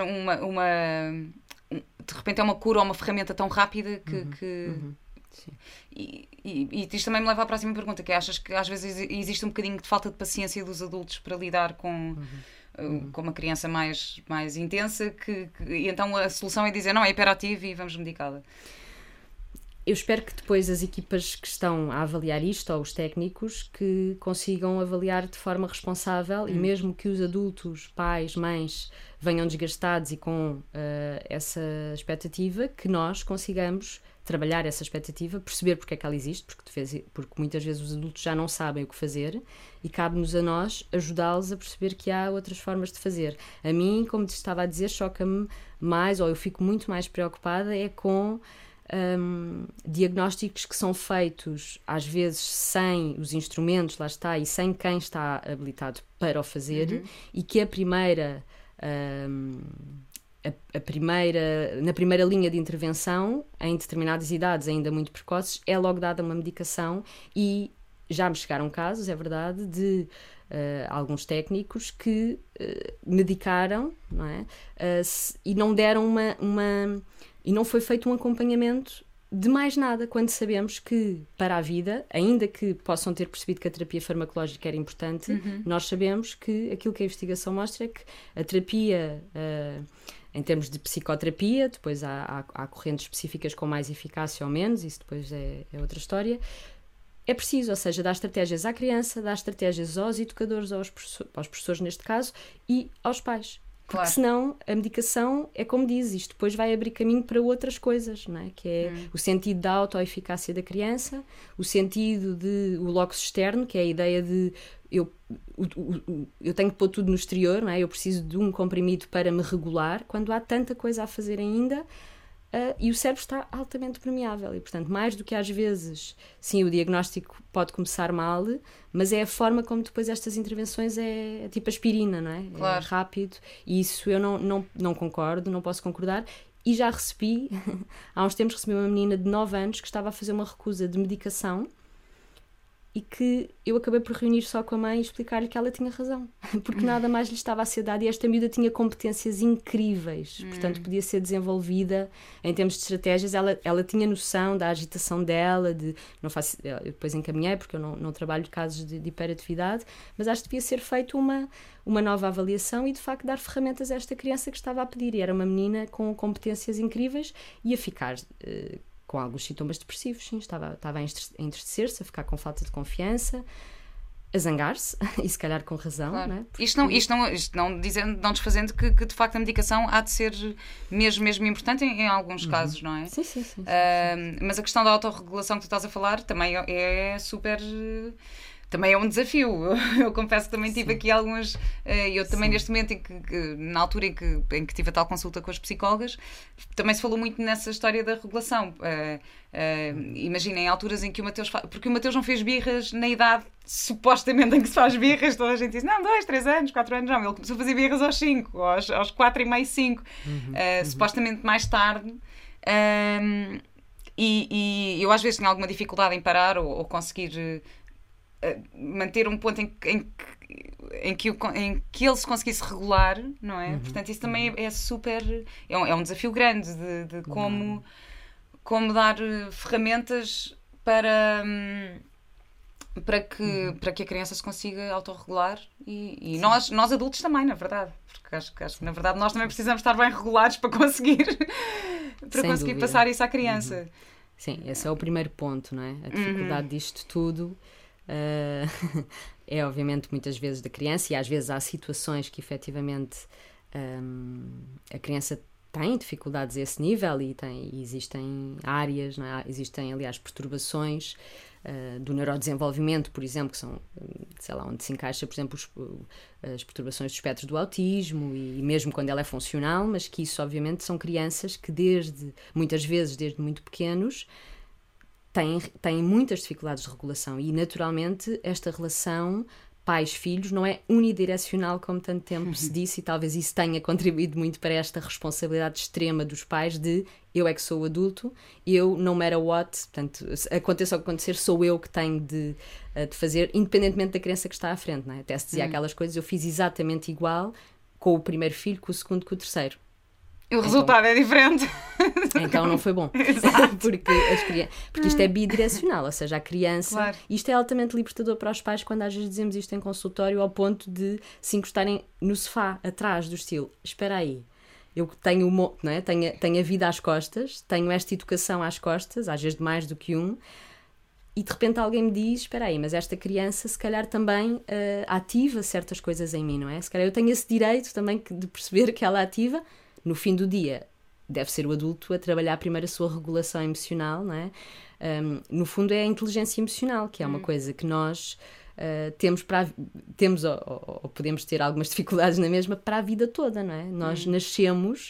de repente é uma cura ou uma ferramenta tão rápida que... Sim. E isto também me leva à próxima pergunta, que é, achas que às vezes existe um bocadinho de falta de paciência dos adultos para lidar com uma criança mais intensa e então a solução é dizer não, é hiperativo e vamos medicá-la? eu espero que depois as equipas que estão a avaliar isto, ou os técnicos, que consigam avaliar de forma responsável, e mesmo que os adultos, pais, mães, venham desgastados e com essa expectativa, que nós consigamos trabalhar essa expectativa, perceber porque é que ela existe, porque muitas vezes os adultos já não sabem o que fazer, e cabe-nos a nós ajudá-los a perceber que há outras formas de fazer. A mim, como te estava a dizer, choca-me mais, ou eu fico muito mais preocupada, é com diagnósticos que são feitos às vezes sem os instrumentos, lá está, e sem quem está habilitado para o fazer, e que na primeira linha de intervenção, em determinadas idades ainda muito precoces, é logo dada uma medicação. E já me chegaram casos, é verdade, de alguns técnicos que medicaram, não é? E não deram e não foi feito um acompanhamento de mais nada, quando sabemos que para a vida, ainda que possam ter percebido que a terapia farmacológica era importante, nós sabemos que aquilo que a investigação mostra é que a terapia, em termos de psicoterapia, depois há correntes específicas com mais eficácia ou menos, isso depois é outra história, é preciso, ou seja, dar estratégias à criança, dar estratégias aos educadores, aos professores neste caso, e aos pais. Porque senão a medicação é como diz, isto depois vai abrir caminho para outras coisas, não é? Que é o sentido da autoeficácia da criança, o sentido o locus externo, que é a ideia de eu tenho que pôr tudo no exterior, não é? Eu preciso de um comprimido para me regular, quando há tanta coisa a fazer ainda. E o cérebro está altamente permeável e, portanto, mais do que às vezes, sim, o diagnóstico pode começar mal, mas é a forma como depois estas intervenções é tipo aspirina, não é? Claro. É rápido, e isso eu não concordo, não posso concordar. E já recebi, há uns tempos recebi uma menina de 9 anos que estava a fazer uma recusa de medicação, e que eu acabei por reunir só com a mãe e explicar-lhe que ela tinha razão, porque nada mais lhe estava a ser dado, e esta miúda tinha competências incríveis, portanto podia ser desenvolvida em termos de estratégias. Ela tinha noção da agitação dela, eu depois encaminhei, porque eu não trabalho casos de hiperatividade, mas acho que devia ser feita uma nova avaliação e de facto dar ferramentas a esta criança que estava a pedir, e era uma menina com competências incríveis e a ficar com alguns sintomas depressivos, sim, estava a entristecer-se, a ficar com falta de confiança, a zangar-se, e se calhar com razão. Claro. Não é? Isto não desfazendo que de facto a medicação há de ser mesmo importante em alguns casos, não é? Sim. Mas a questão da autorregulação que tu estás a falar também é super... Também é um desafio. Eu confesso que também tive aqui algumas... Eu também, neste momento, na altura em que tive a tal consulta com as psicólogas, também se falou muito nessa história da regulação. Imaginem, alturas em que o Mateus... Porque o Mateus não fez birras na idade, supostamente, em que se faz birras. Toda a gente diz, não, 2, 3 anos, 4 anos, não. Ele começou a fazer birras aos 5, aos 4 e meio, 5. Supostamente mais tarde. E eu às vezes tinha alguma dificuldade em parar ou conseguir... manter um ponto em que ele se conseguisse regular, não é? Portanto, isso também é super... É um desafio grande de como dar ferramentas para que a criança se consiga autorregular e nós adultos também, na verdade. Porque acho que na verdade nós também precisamos estar bem regulados para conseguir passar isso à criança. Sim, esse é o primeiro ponto, não é? A dificuldade disto tudo... é obviamente muitas vezes da criança, e às vezes há situações que efetivamente a criança tem dificuldades a esse nível, e existem áreas, não é? Existem aliás perturbações do neurodesenvolvimento, por exemplo, que são, sei lá, onde se encaixa, por exemplo, as perturbações do espectro do autismo, e mesmo quando ela é funcional, mas que isso obviamente são crianças que muitas vezes desde muito pequenos têm muitas dificuldades de regulação, e naturalmente esta relação pais-filhos não é unidirecional como tanto tempo se disse, e talvez isso tenha contribuído muito para esta responsabilidade extrema dos pais de eu é que sou o adulto, eu no matter what, portanto, aconteça o que acontecer, sou eu que tenho de fazer, independentemente da criança que está à frente, não é? Até se dizia aquelas coisas, eu fiz exatamente igual com o primeiro filho, com o segundo, com o terceiro. O resultado é diferente. Então não foi bom. porque isto é bidirecional, ou seja, a criança... Claro. Isto é altamente libertador para os pais quando às vezes dizemos isto em consultório, ao ponto de se encostarem no sofá, atrás, do estilo, espera aí, eu tenho, não é? tenho a vida às costas, tenho esta educação às costas, às vezes de mais do que um, e de repente alguém me diz, espera aí, mas esta criança se calhar também ativa certas coisas em mim, não é? Se calhar eu tenho esse direito também de perceber que ela ativa. No fim do dia deve ser o adulto a trabalhar primeiro a sua regulação emocional, não é? No fundo é a inteligência emocional, que é uma coisa que nós temos ou podemos ter algumas dificuldades na mesma para a vida toda, não é? Nós nascemos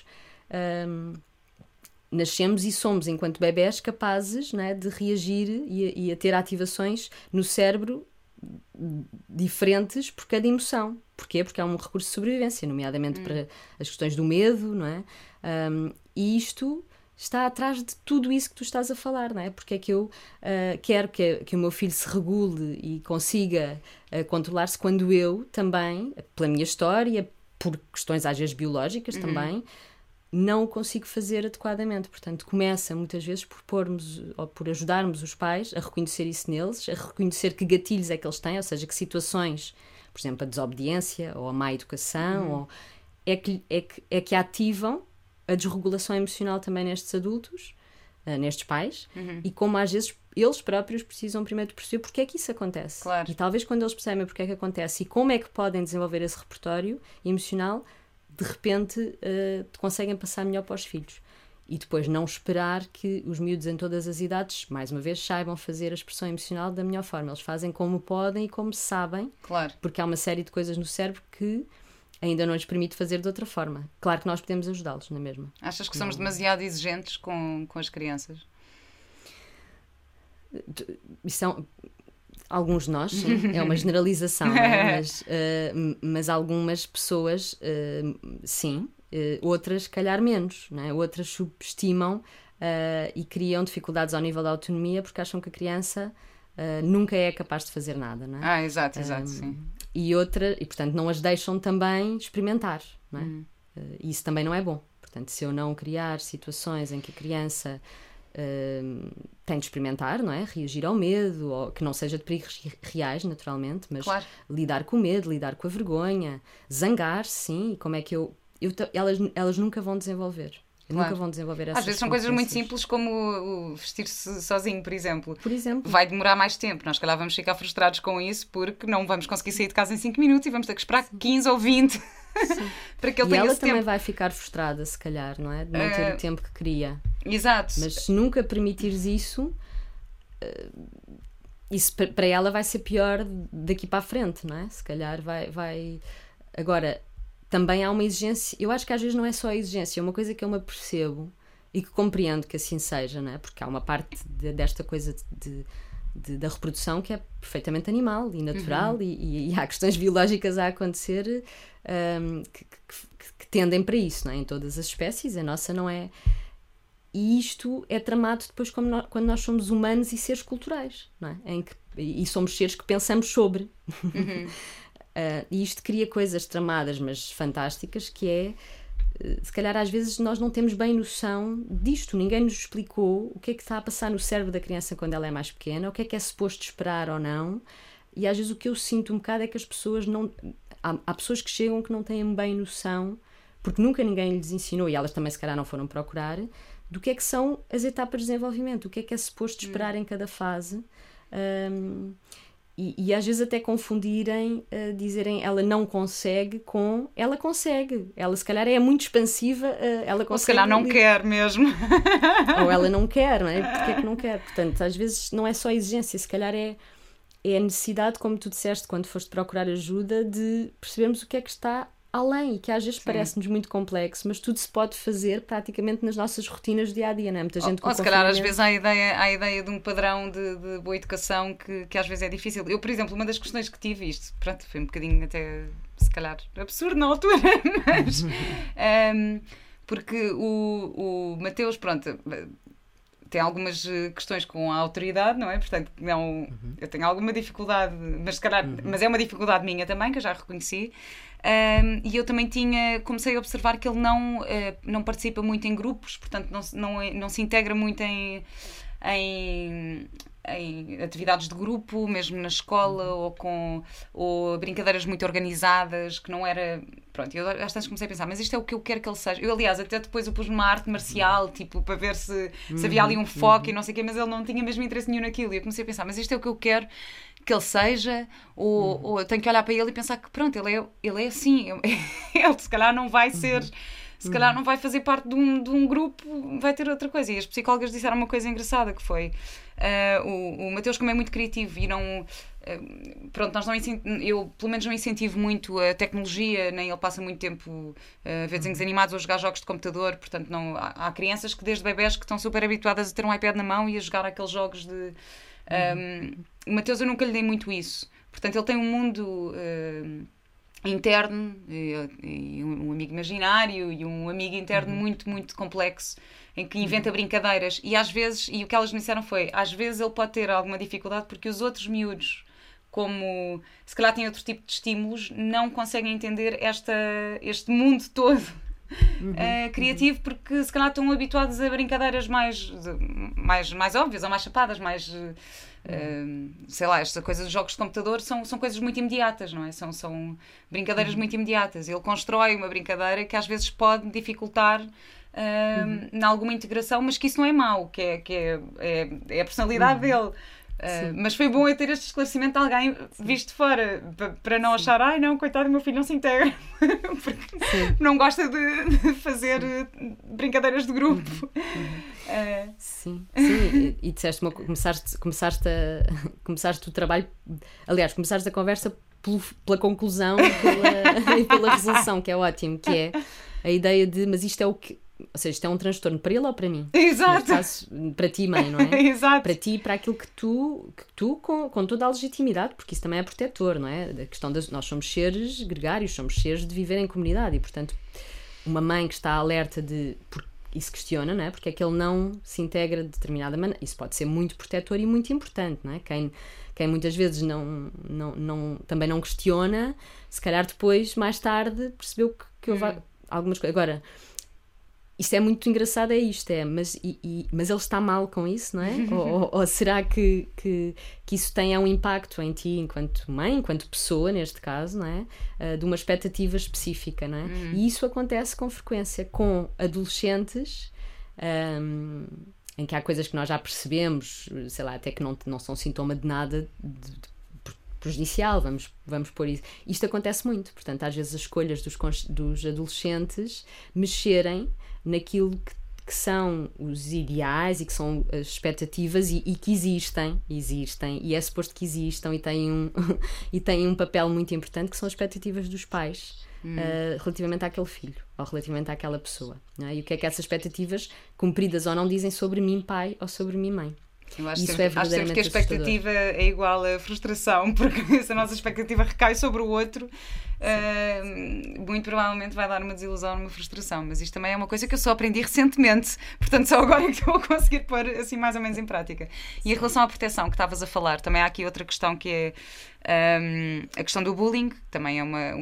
e somos, enquanto bebés, capazes, não é, de reagir e a ter ativações no cérebro diferentes por cada emoção. Porquê? Porque é um recurso de sobrevivência, nomeadamente para as questões do medo, não é? E isto está atrás de tudo isso que tu estás a falar, não é? Porque é que eu quero que o meu filho se regule e consiga controlar-se quando eu também, pela minha história, por questões às vezes biológicas também, não o consigo fazer adequadamente. Portanto, começa muitas vezes por pormos ou por ajudarmos os pais a reconhecer isso neles, a reconhecer que gatilhos é que eles têm, ou seja, que situações, por exemplo, a desobediência ou a má educação, ou é que ativam a desregulação emocional também nestes adultos, nestes pais, e como às vezes eles próprios precisam primeiro de perceber porque é que isso acontece. Claro. E talvez quando eles percebem porque é que acontece e como é que podem desenvolver esse repertório emocional, de repente conseguem passar melhor para os filhos. E depois não esperar que os miúdos em todas as idades, mais uma vez, saibam fazer a expressão emocional da melhor forma. Eles fazem como podem e como sabem, claro, porque há uma série de coisas no cérebro que ainda não lhes permite fazer de outra forma. Claro que nós podemos ajudá-los, não é mesmo? Achas que somos demasiado exigentes com as crianças? São alguns de nós, sim. É uma generalização, não é? Mas algumas pessoas, sim. Outras, calhar, menos, não é? Outras subestimam e criam dificuldades ao nível da autonomia porque acham que a criança nunca é capaz de fazer nada, não é? Exato, sim. E portanto, não as deixam também experimentar, não é? E isso também não é bom. Portanto, se eu não criar situações em que a criança tem de experimentar, não é? Reagir ao medo, ou que não seja de perigos reais, naturalmente, mas claro, lidar com o medo, lidar com a vergonha, zangar-se, sim, e como é que elas nunca vão desenvolver. Claro. Nunca vão desenvolver essas Às vezes são coisas muito simples, como o vestir-se sozinho, por exemplo. Por exemplo. Vai demorar mais tempo. Nós, calhar, vamos ficar frustrados com isso porque não vamos conseguir sair de casa em 5 minutos e vamos ter que esperar 15 ou 20 para que ele tenha esse tempo. E ela também vai ficar frustrada, se calhar, não é? De não ter o tempo que queria. Exato. Mas se nunca permitires isso para ela vai ser pior daqui para a frente, não é? Se calhar vai... Agora... Também há uma exigência, eu acho que às vezes não é só a exigência, é uma coisa que eu me apercebo e que compreendo que assim seja, não é? Porque há uma parte desta coisa da reprodução que é perfeitamente animal e natural e há questões biológicas a acontecer que tendem para isso, não é? Em todas as espécies, a nossa não é. E isto é tramado depois quando nós somos humanos e seres culturais, não é? E somos seres que pensamos sobre. E isto cria coisas tramadas, mas fantásticas, que é, se calhar às vezes nós não temos bem noção disto, ninguém nos explicou o que é que está a passar no cérebro da criança quando ela é mais pequena, o que é suposto esperar ou não, e às vezes o que eu sinto um bocado é que as pessoas não... Há pessoas que chegam que não têm bem noção, porque nunca ninguém lhes ensinou, e elas também se calhar não foram procurar, do que é que são as etapas de desenvolvimento, o que é suposto esperar em cada fase... E às vezes até confundirem, dizerem ela não consegue com ela consegue. Ela se calhar é muito expansiva, ela consegue. Ou se calhar não quer mesmo. Ou ela não quer, não é? Porque é que não quer? Portanto, às vezes não é só a exigência, se calhar é a necessidade, como tu disseste quando foste procurar ajuda, de percebermos o que é que está além e que às vezes parece-nos muito complexo, mas tudo se pode fazer praticamente nas nossas rotinas do dia-a-dia, não é? Muita gente ou se calhar às vezes há a ideia de um padrão de boa educação que às vezes é difícil. Eu, por exemplo, uma das questões que tive, isto pronto, foi um bocadinho até se calhar absurdo na altura, mas porque o Mateus, pronto, tem algumas questões com a autoridade, não é? Portanto, não, eu tenho alguma dificuldade, mas se calhar, mas é uma dificuldade minha também, que eu já reconheci. E eu também comecei a observar que ele não participa muito em grupos, portanto não se integra muito em em atividades de grupo, mesmo na escola, ou brincadeiras muito organizadas, que não era... Pronto, eu às vezes comecei a pensar, mas isto é o que eu quero que ele seja. Eu, aliás, até depois eu pus uma arte marcial, tipo, para ver se havia ali um foco e não sei o quê, mas ele não tinha mesmo interesse nenhum naquilo. E eu comecei a pensar, mas isto é o que eu quero que ele seja, ou eu tenho que olhar para ele e pensar que, pronto, ele é assim. Ele, se calhar, não vai ser... Se calhar não vai fazer parte de um grupo, vai ter outra coisa. E as psicólogas disseram uma coisa engraçada, que foi o Mateus, como é muito criativo e não... pronto, eu pelo menos não incentivo muito a tecnologia, nem ele passa muito tempo a ver desenhos animados ou a jogar jogos de computador, portanto há crianças que desde bebés que estão super habituadas a ter um iPad na mão e a jogar aqueles jogos de... o Mateus eu nunca lhe dei muito isso, portanto ele tem um mundo... interno e um amigo imaginário e um amigo interno muito, muito complexo, em que inventa brincadeiras e às vezes, e o que elas me disseram foi, às vezes ele pode ter alguma dificuldade porque os outros miúdos, como se calhar têm outro tipo de estímulos, não conseguem entender este mundo todo criativo, porque se calhar estão habituados a brincadeiras mais óbvias ou mais chapadas, mais... sei lá, esta coisa dos jogos de computador são coisas muito imediatas, não é? São brincadeiras muito imediatas. Ele constrói uma brincadeira que às vezes pode dificultar em alguma integração, mas que isso não é mau, que é a personalidade dele. Mas foi bom eu ter este esclarecimento de alguém visto de fora, para não achar, ai não, coitado, meu filho não se integra porque não gosta de fazer brincadeiras de grupo. Sim, e disseste começaste o trabalho, aliás, começaste a conversa pela conclusão e pela resolução, que é ótimo, que é a ideia de, mas isto é o que... Ou seja, isto é um transtorno para ele ou para mim? Exato. Caso, para ti, mãe, não é? Exato. Para ti e para aquilo que tu com toda a legitimidade, porque isso também é protetor, não é? A questão nós somos seres gregários, somos seres de viver em comunidade e, portanto, uma mãe que está alerta e se questiona, não é? Porque é que ele não se integra de determinada maneira. Isso pode ser muito protetor e muito importante, não é? Quem muitas vezes também não questiona, se calhar depois, mais tarde, percebeu que houve algumas coisas. Agora... Isto é muito engraçado, mas ele está mal com isso, não é? ou será que isso tem um impacto em ti enquanto mãe, enquanto pessoa, neste caso, não é? De uma expectativa específica, não é? E isso acontece com frequência com adolescentes, em que há coisas que nós já percebemos, sei lá, até que não são sintoma de nada prejudicial, vamos pôr isso. Isto acontece muito, portanto, às vezes as escolhas dos adolescentes mexerem naquilo que são os ideais e que são as expectativas e que existem e é suposto que existam e têm um papel muito importante, que são as expectativas dos pais relativamente àquele filho ou relativamente àquela pessoa, não é? E o que é que essas expectativas, cumpridas ou não, dizem sobre mim pai ou sobre mim mãe. Eu acho sempre que a expectativa é igual a frustração, porque se a nossa expectativa recai sobre o outro, muito provavelmente vai dar uma desilusão, uma frustração. Mas isto também é uma coisa que eu só aprendi recentemente, portanto só agora é que estou a conseguir pôr assim mais ou menos em prática. E em relação à proteção que estavas a falar, também há aqui outra questão que é a questão do bullying, também é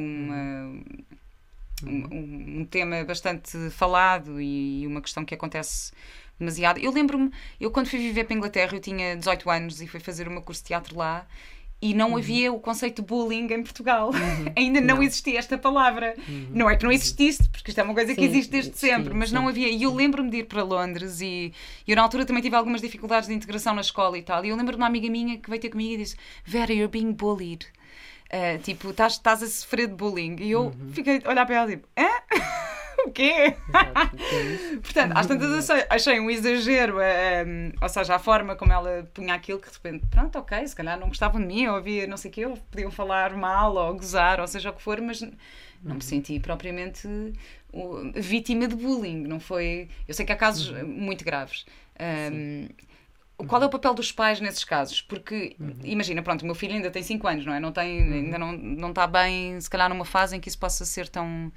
um tema bastante falado e uma questão que acontece demasiado. Eu lembro-me, quando fui viver para a Inglaterra, eu tinha 18 anos e fui fazer o meu curso de teatro lá e não havia o conceito de bullying em Portugal. Ainda não existia esta palavra. Não é que não existisse, porque isto é uma coisa que existe desde sempre, mas não havia. E eu lembro-me de ir para Londres e eu na altura também tive algumas dificuldades de integração na escola e tal. E eu lembro-me de uma amiga minha que veio ter comigo e disse: Vera, you're being bullied. Tipo, estás a sofrer de bullying. E eu fiquei a olhar para ela e tipo: o quê? Portanto, às tantas achei um exagero, ou seja, a forma como ela punha aquilo, que de repente, pronto, ok, se calhar não gostavam de mim, ou havia não sei o quê, ou podiam falar mal, ou gozar, ou seja o que for, mas não me senti propriamente vítima de bullying, não foi... Eu sei que há casos muito graves. Qual é o papel dos pais nesses casos? Porque, imagina, pronto, o meu filho ainda tem 5 anos, não é? Ainda não está bem, se calhar numa fase em que isso possa ser tão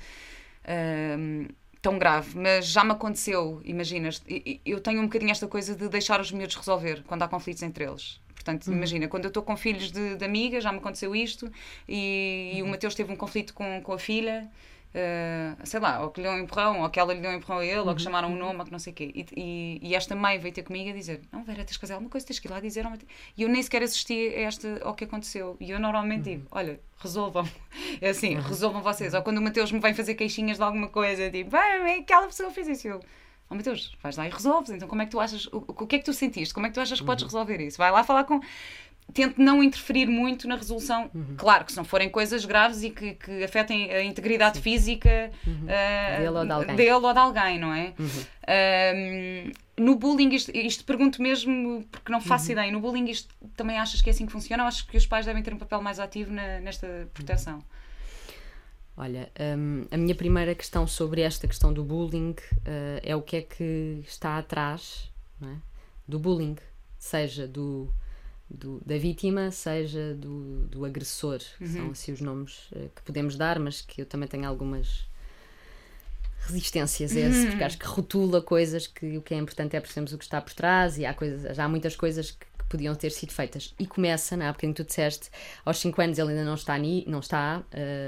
grave, mas já me aconteceu, imaginas, eu tenho um bocadinho esta coisa de deixar os miúdos resolver quando há conflitos entre eles. Portanto, imagina, quando eu estou com filhos de amigas, já me aconteceu isto, e o Mateus teve um conflito com a filha, sei lá, ou que lhe deu um empurrão, ou que ela lhe deu um empurrão a ele, ou que chamaram um nome, ou que não sei o quê. E esta mãe veio ter comigo a dizer: não, Vera, tens que fazer alguma coisa, tens que ir lá dizer. E eu nem sequer assisti ao que aconteceu. E eu normalmente digo: olha, resolvam. É assim, resolvam vocês. Ou quando o Mateus me vem fazer queixinhas de alguma coisa, tipo, aquela pessoa fez isso. Eu, Mateus, vais lá e resolves. Então como é que tu achas, o que é que tu sentiste? Como é que tu achas que podes resolver isso? Vai lá falar com... Tente não interferir muito na resolução. Claro que se não forem coisas graves e que afetem a integridade física dele ou de alguém, não é? No bullying, isto pergunto mesmo porque não faço ideia. No bullying isto também achas que é assim que funciona, ou achas que os pais devem ter um papel mais ativo nesta proteção? Olha, a minha primeira questão sobre esta questão do bullying é o que é que está atrás, não é? Do bullying, seja da vítima, seja do agressor, que são assim os nomes que podemos dar, mas que eu também tenho algumas resistências a esse, porque acho que rotula coisas que o que é importante é percebermos o que está por trás, e já há muitas coisas que podiam ter sido feitas. E começa, há bocadinho tu disseste, aos 5 anos ele ainda não está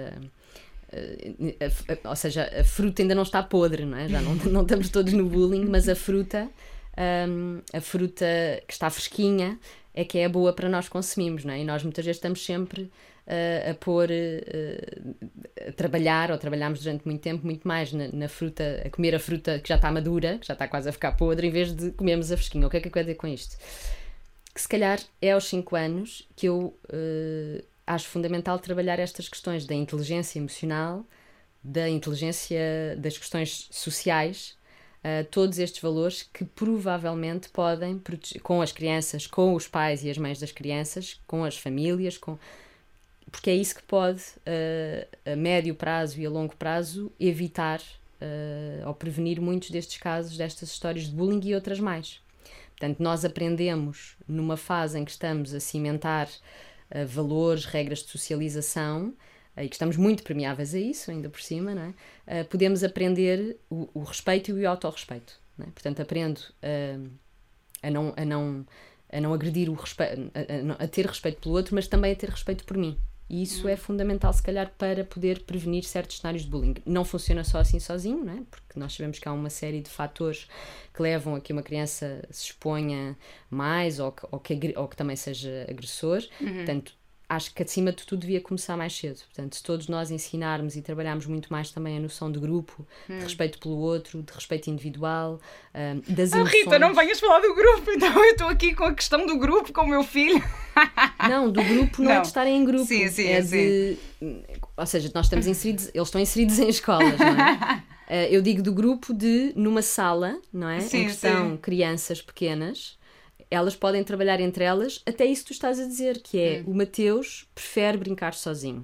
ou seja, a fruta ainda não está podre, não é? Já não estamos todos no bullying, mas a fruta que está fresquinha é que é boa para nós consumirmos, não é? E nós muitas vezes estamos sempre a trabalhar, ou trabalhamos durante muito tempo, muito mais na fruta, a comer a fruta que já está madura, que já está quase a ficar podre, em vez de comermos a fresquinha. O que é que eu quero dizer com isto? Que se calhar é aos 5 anos que eu acho fundamental trabalhar estas questões da inteligência emocional, da inteligência das questões sociais, todos estes valores que provavelmente podem proteger, com as crianças, com os pais e as mães das crianças, com as famílias, porque é isso que pode, a médio prazo e a longo prazo, evitar ou prevenir muitos destes casos, destas histórias de bullying e outras mais. Portanto, nós aprendemos numa fase em que estamos a cimentar valores, regras de socialização, e que estamos muito permeáveis a isso, ainda por cima, não é? Podemos aprender o respeito e o autorrespeito, não é? Portanto, aprendo a não agredir o respeito, a ter respeito pelo outro, mas também a ter respeito por mim. E isso é fundamental, se calhar, para poder prevenir certos cenários de bullying. Não funciona só assim sozinho, não é? Porque nós sabemos que há uma série de fatores que levam a que uma criança se exponha mais ou que também seja agressor. Portanto, acho que acima de tudo devia começar mais cedo. Portanto, se todos nós ensinarmos e trabalharmos muito mais também a noção de grupo, de respeito pelo outro, de respeito individual, das emoções... Rita, não venhas falar do grupo, então eu estou aqui com a questão do grupo, com o meu filho. Não, do grupo não é de estarem em grupo. Sim, ou seja, nós estamos inseridos, eles estão inseridos em escolas, não é? Eu digo do grupo numa sala, não é? Em que estão crianças pequenas. Elas podem trabalhar entre elas, até isso que tu estás a dizer, que é o Mateus prefere brincar sozinho.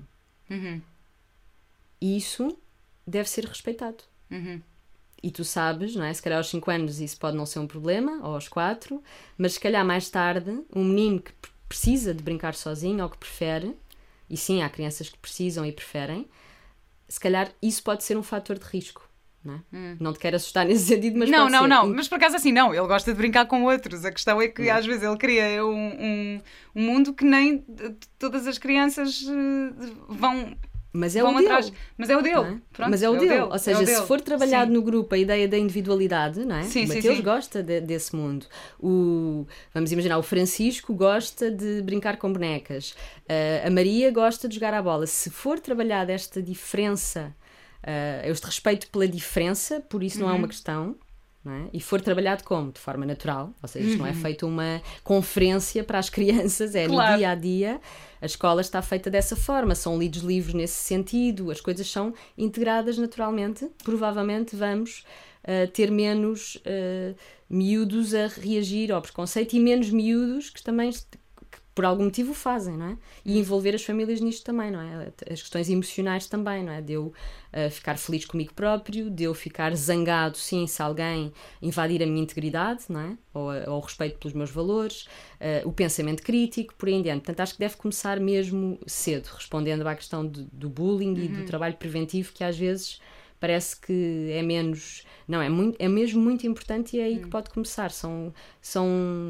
E isso deve ser respeitado. E tu sabes, não é? Se calhar aos 5 anos isso pode não ser um problema, ou aos 4, mas se calhar mais tarde, um menino que precisa de brincar sozinho, ou que prefere, e sim, há crianças que precisam e preferem, se calhar isso pode ser um fator de risco. Não te quero assustar nesse sentido, mas pode ser. Não, mas por acaso assim, não, ele gosta de brincar com outros. A questão é que às vezes ele cria um mundo que nem todas as crianças vão... Mas é o dele. Mas é o dele. Pronto, mas é o dele. Ou seja, se for trabalhado no grupo a ideia da individualidade, não é? O Mateus gosta desse mundo. Vamos imaginar, o Francisco gosta de brincar com bonecas. A Maria gosta de jogar à bola. Se for trabalhada esta diferença, este respeito pela diferença, por isso não é uma questão, não é? E for trabalhado como? De forma natural, ou seja, isto não é feito uma conferência para as crianças, é no dia a dia, a escola está feita dessa forma, são lidos livros nesse sentido, as coisas são integradas naturalmente, provavelmente vamos ter menos miúdos a reagir ao preconceito e menos miúdos que também por algum motivo o fazem, não é? E envolver as famílias nisto também, não é? As questões emocionais também, não é? De eu ficar feliz comigo próprio, de eu ficar zangado, sim, se alguém invadir a minha integridade, não é? Ou o respeito pelos meus valores, o pensamento crítico, por aí em diante. Portanto, acho que deve começar mesmo cedo, respondendo à questão do bullying e do trabalho preventivo, que às vezes parece que é menos... Não, é mesmo muito importante e é aí que pode começar.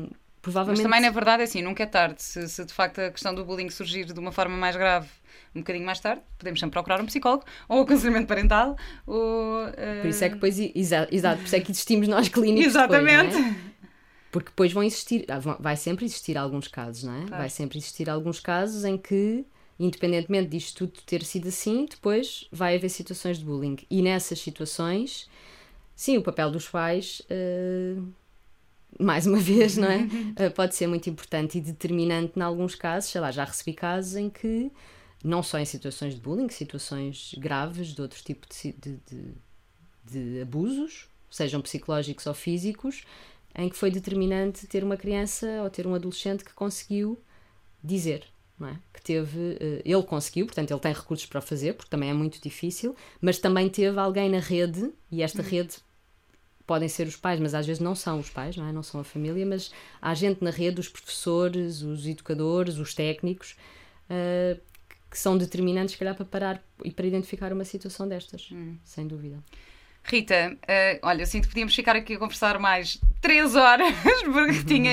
provavelmente... Mas também, na verdade, é assim, nunca é tarde. Se de facto a questão do bullying surgir de uma forma mais grave um bocadinho mais tarde, podemos sempre procurar um psicólogo ou aconselhamento parental. Ou, Por isso é que depois, exato, por isso é que existimos nós clínicos. Exatamente. Depois, não é? Porque depois vão existir, vai sempre existir alguns casos, não é? Claro. Vai sempre existir alguns casos em que, independentemente disto tudo ter sido assim, depois vai haver situações de bullying. E nessas situações, sim, o papel dos pais, mais uma vez, não é? Pode ser muito importante e determinante em alguns casos. Sei lá, já recebi casos em que, não só em situações de bullying, situações graves de outro tipo de abusos, sejam psicológicos ou físicos, em que foi determinante ter uma criança ou ter um adolescente que conseguiu dizer, não é? Que teve, ele conseguiu, portanto ele tem recursos para o fazer, porque também é muito difícil, mas também teve alguém na rede, e esta rede podem ser os pais, mas às vezes não são os pais, não é? Não são a família, mas há gente na rede, os professores, os educadores, os técnicos, que são determinantes, se calhar, para parar e para identificar uma situação destas, sem dúvida. Rita, olha, eu sinto que podíamos ficar aqui a conversar mais 3 horas, porque tinha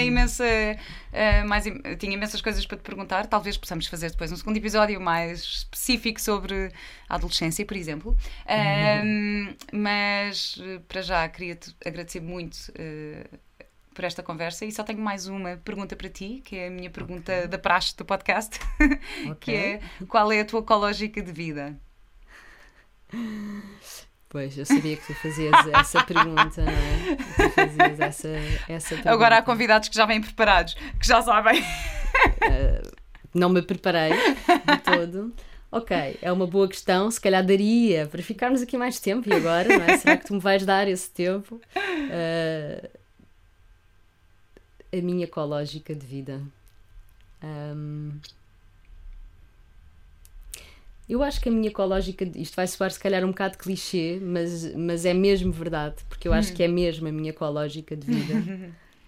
imensas coisas para te perguntar. Talvez possamos fazer depois um segundo episódio mais específico sobre a adolescência, por exemplo. Mas, para já, queria-te agradecer muito por esta conversa e só tenho mais uma pergunta para ti, que é a minha pergunta da praxe do podcast, que é: qual é a tua ecológica de vida? Pois, eu sabia que tu fazias essa pergunta, não é? Tu fazias essa pergunta. Agora há convidados que já vêm preparados, que já sabem. Não me preparei de todo. Ok, é uma boa questão, se calhar daria para ficarmos aqui mais tempo, e agora, não é? Será que tu me vais dar esse tempo? A minha ecológica de vida. Eu acho que a minha ecológica, isto vai soar se calhar um bocado clichê, mas é mesmo verdade, porque eu acho que é mesmo a minha ecológica de vida.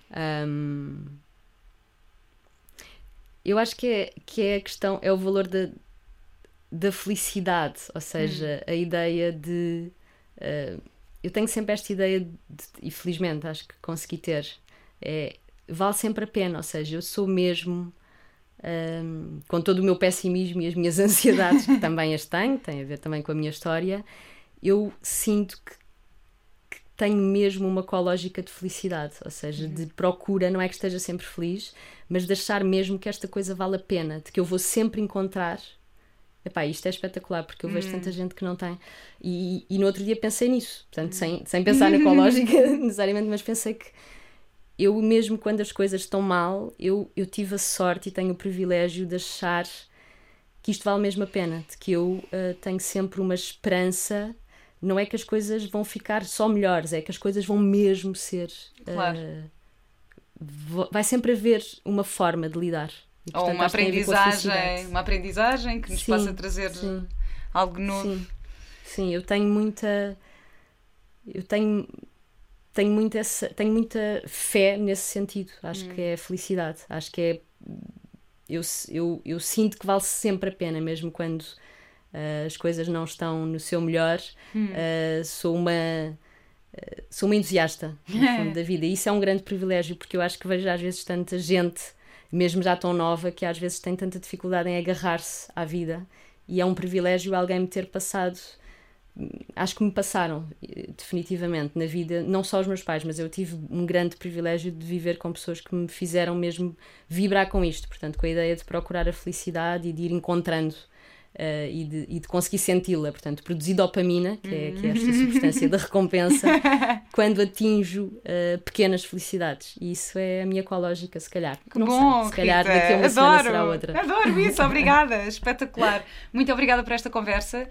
Eu acho que é a questão, é o valor da felicidade, ou seja, a ideia de... eu tenho sempre esta ideia, e felizmente acho que consegui ter, vale sempre a pena, ou seja, eu sou mesmo... com todo o meu pessimismo e as minhas ansiedades, que também as tenho, tem a ver também com a minha história, eu sinto que tenho mesmo uma ecológica de felicidade, ou seja, de procura, não é que esteja sempre feliz, mas de achar mesmo que esta coisa vale a pena, de que eu vou sempre encontrar. Epá, isto é espetacular, porque eu vejo tanta gente que não tem, e no outro dia pensei nisso, portanto, sem pensar na ecológica necessariamente, mas pensei que eu mesmo quando as coisas estão mal, eu tive a sorte e tenho o privilégio de achar que isto vale mesmo a pena, de que eu tenho sempre uma esperança, não é que as coisas vão ficar só melhores, é que as coisas vão mesmo ser... Claro. Vai sempre haver uma forma de lidar. E, portanto, ou uma aprendizagem que nos possa trazer algo novo. Sim, eu tenho muita... Tenho muita fé nesse sentido. Acho que é a felicidade. Acho que é... Eu sinto que vale sempre a pena, mesmo quando as coisas não estão no seu melhor. Sou uma entusiasta, no fundo, da vida. E isso é um grande privilégio, porque eu acho que vejo às vezes tanta gente, mesmo já tão nova, que às vezes tem tanta dificuldade em agarrar-se à vida. E é um privilégio alguém me ter passado... Acho que me passaram definitivamente na vida, não só os meus pais, mas eu tive um grande privilégio de viver com pessoas que me fizeram mesmo vibrar com isto, portanto, com a ideia de procurar a felicidade e de ir encontrando e de conseguir senti-la, portanto, produzir dopamina, que é esta substância da recompensa, quando atinjo pequenas felicidades, e isso é a minha ecológica, se calhar. Não sei, se calhar Rita, daqui a uma semana será outra. Adoro isso, obrigada, espetacular. Muito obrigada por esta conversa.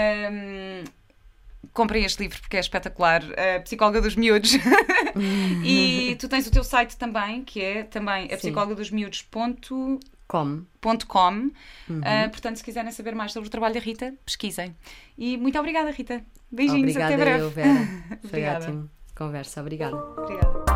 Comprem este livro porque é espetacular, a Psicóloga dos Miúdos. E tu tens o teu site também, que é também a psicologadosmiúdos.com. Portanto, se quiserem saber mais sobre o trabalho da Rita, pesquisem. E muito obrigada, Rita. Beijinhos, obrigada, até breve. Vera. Foi ótimo. Conversa, obrigada. Obrigada.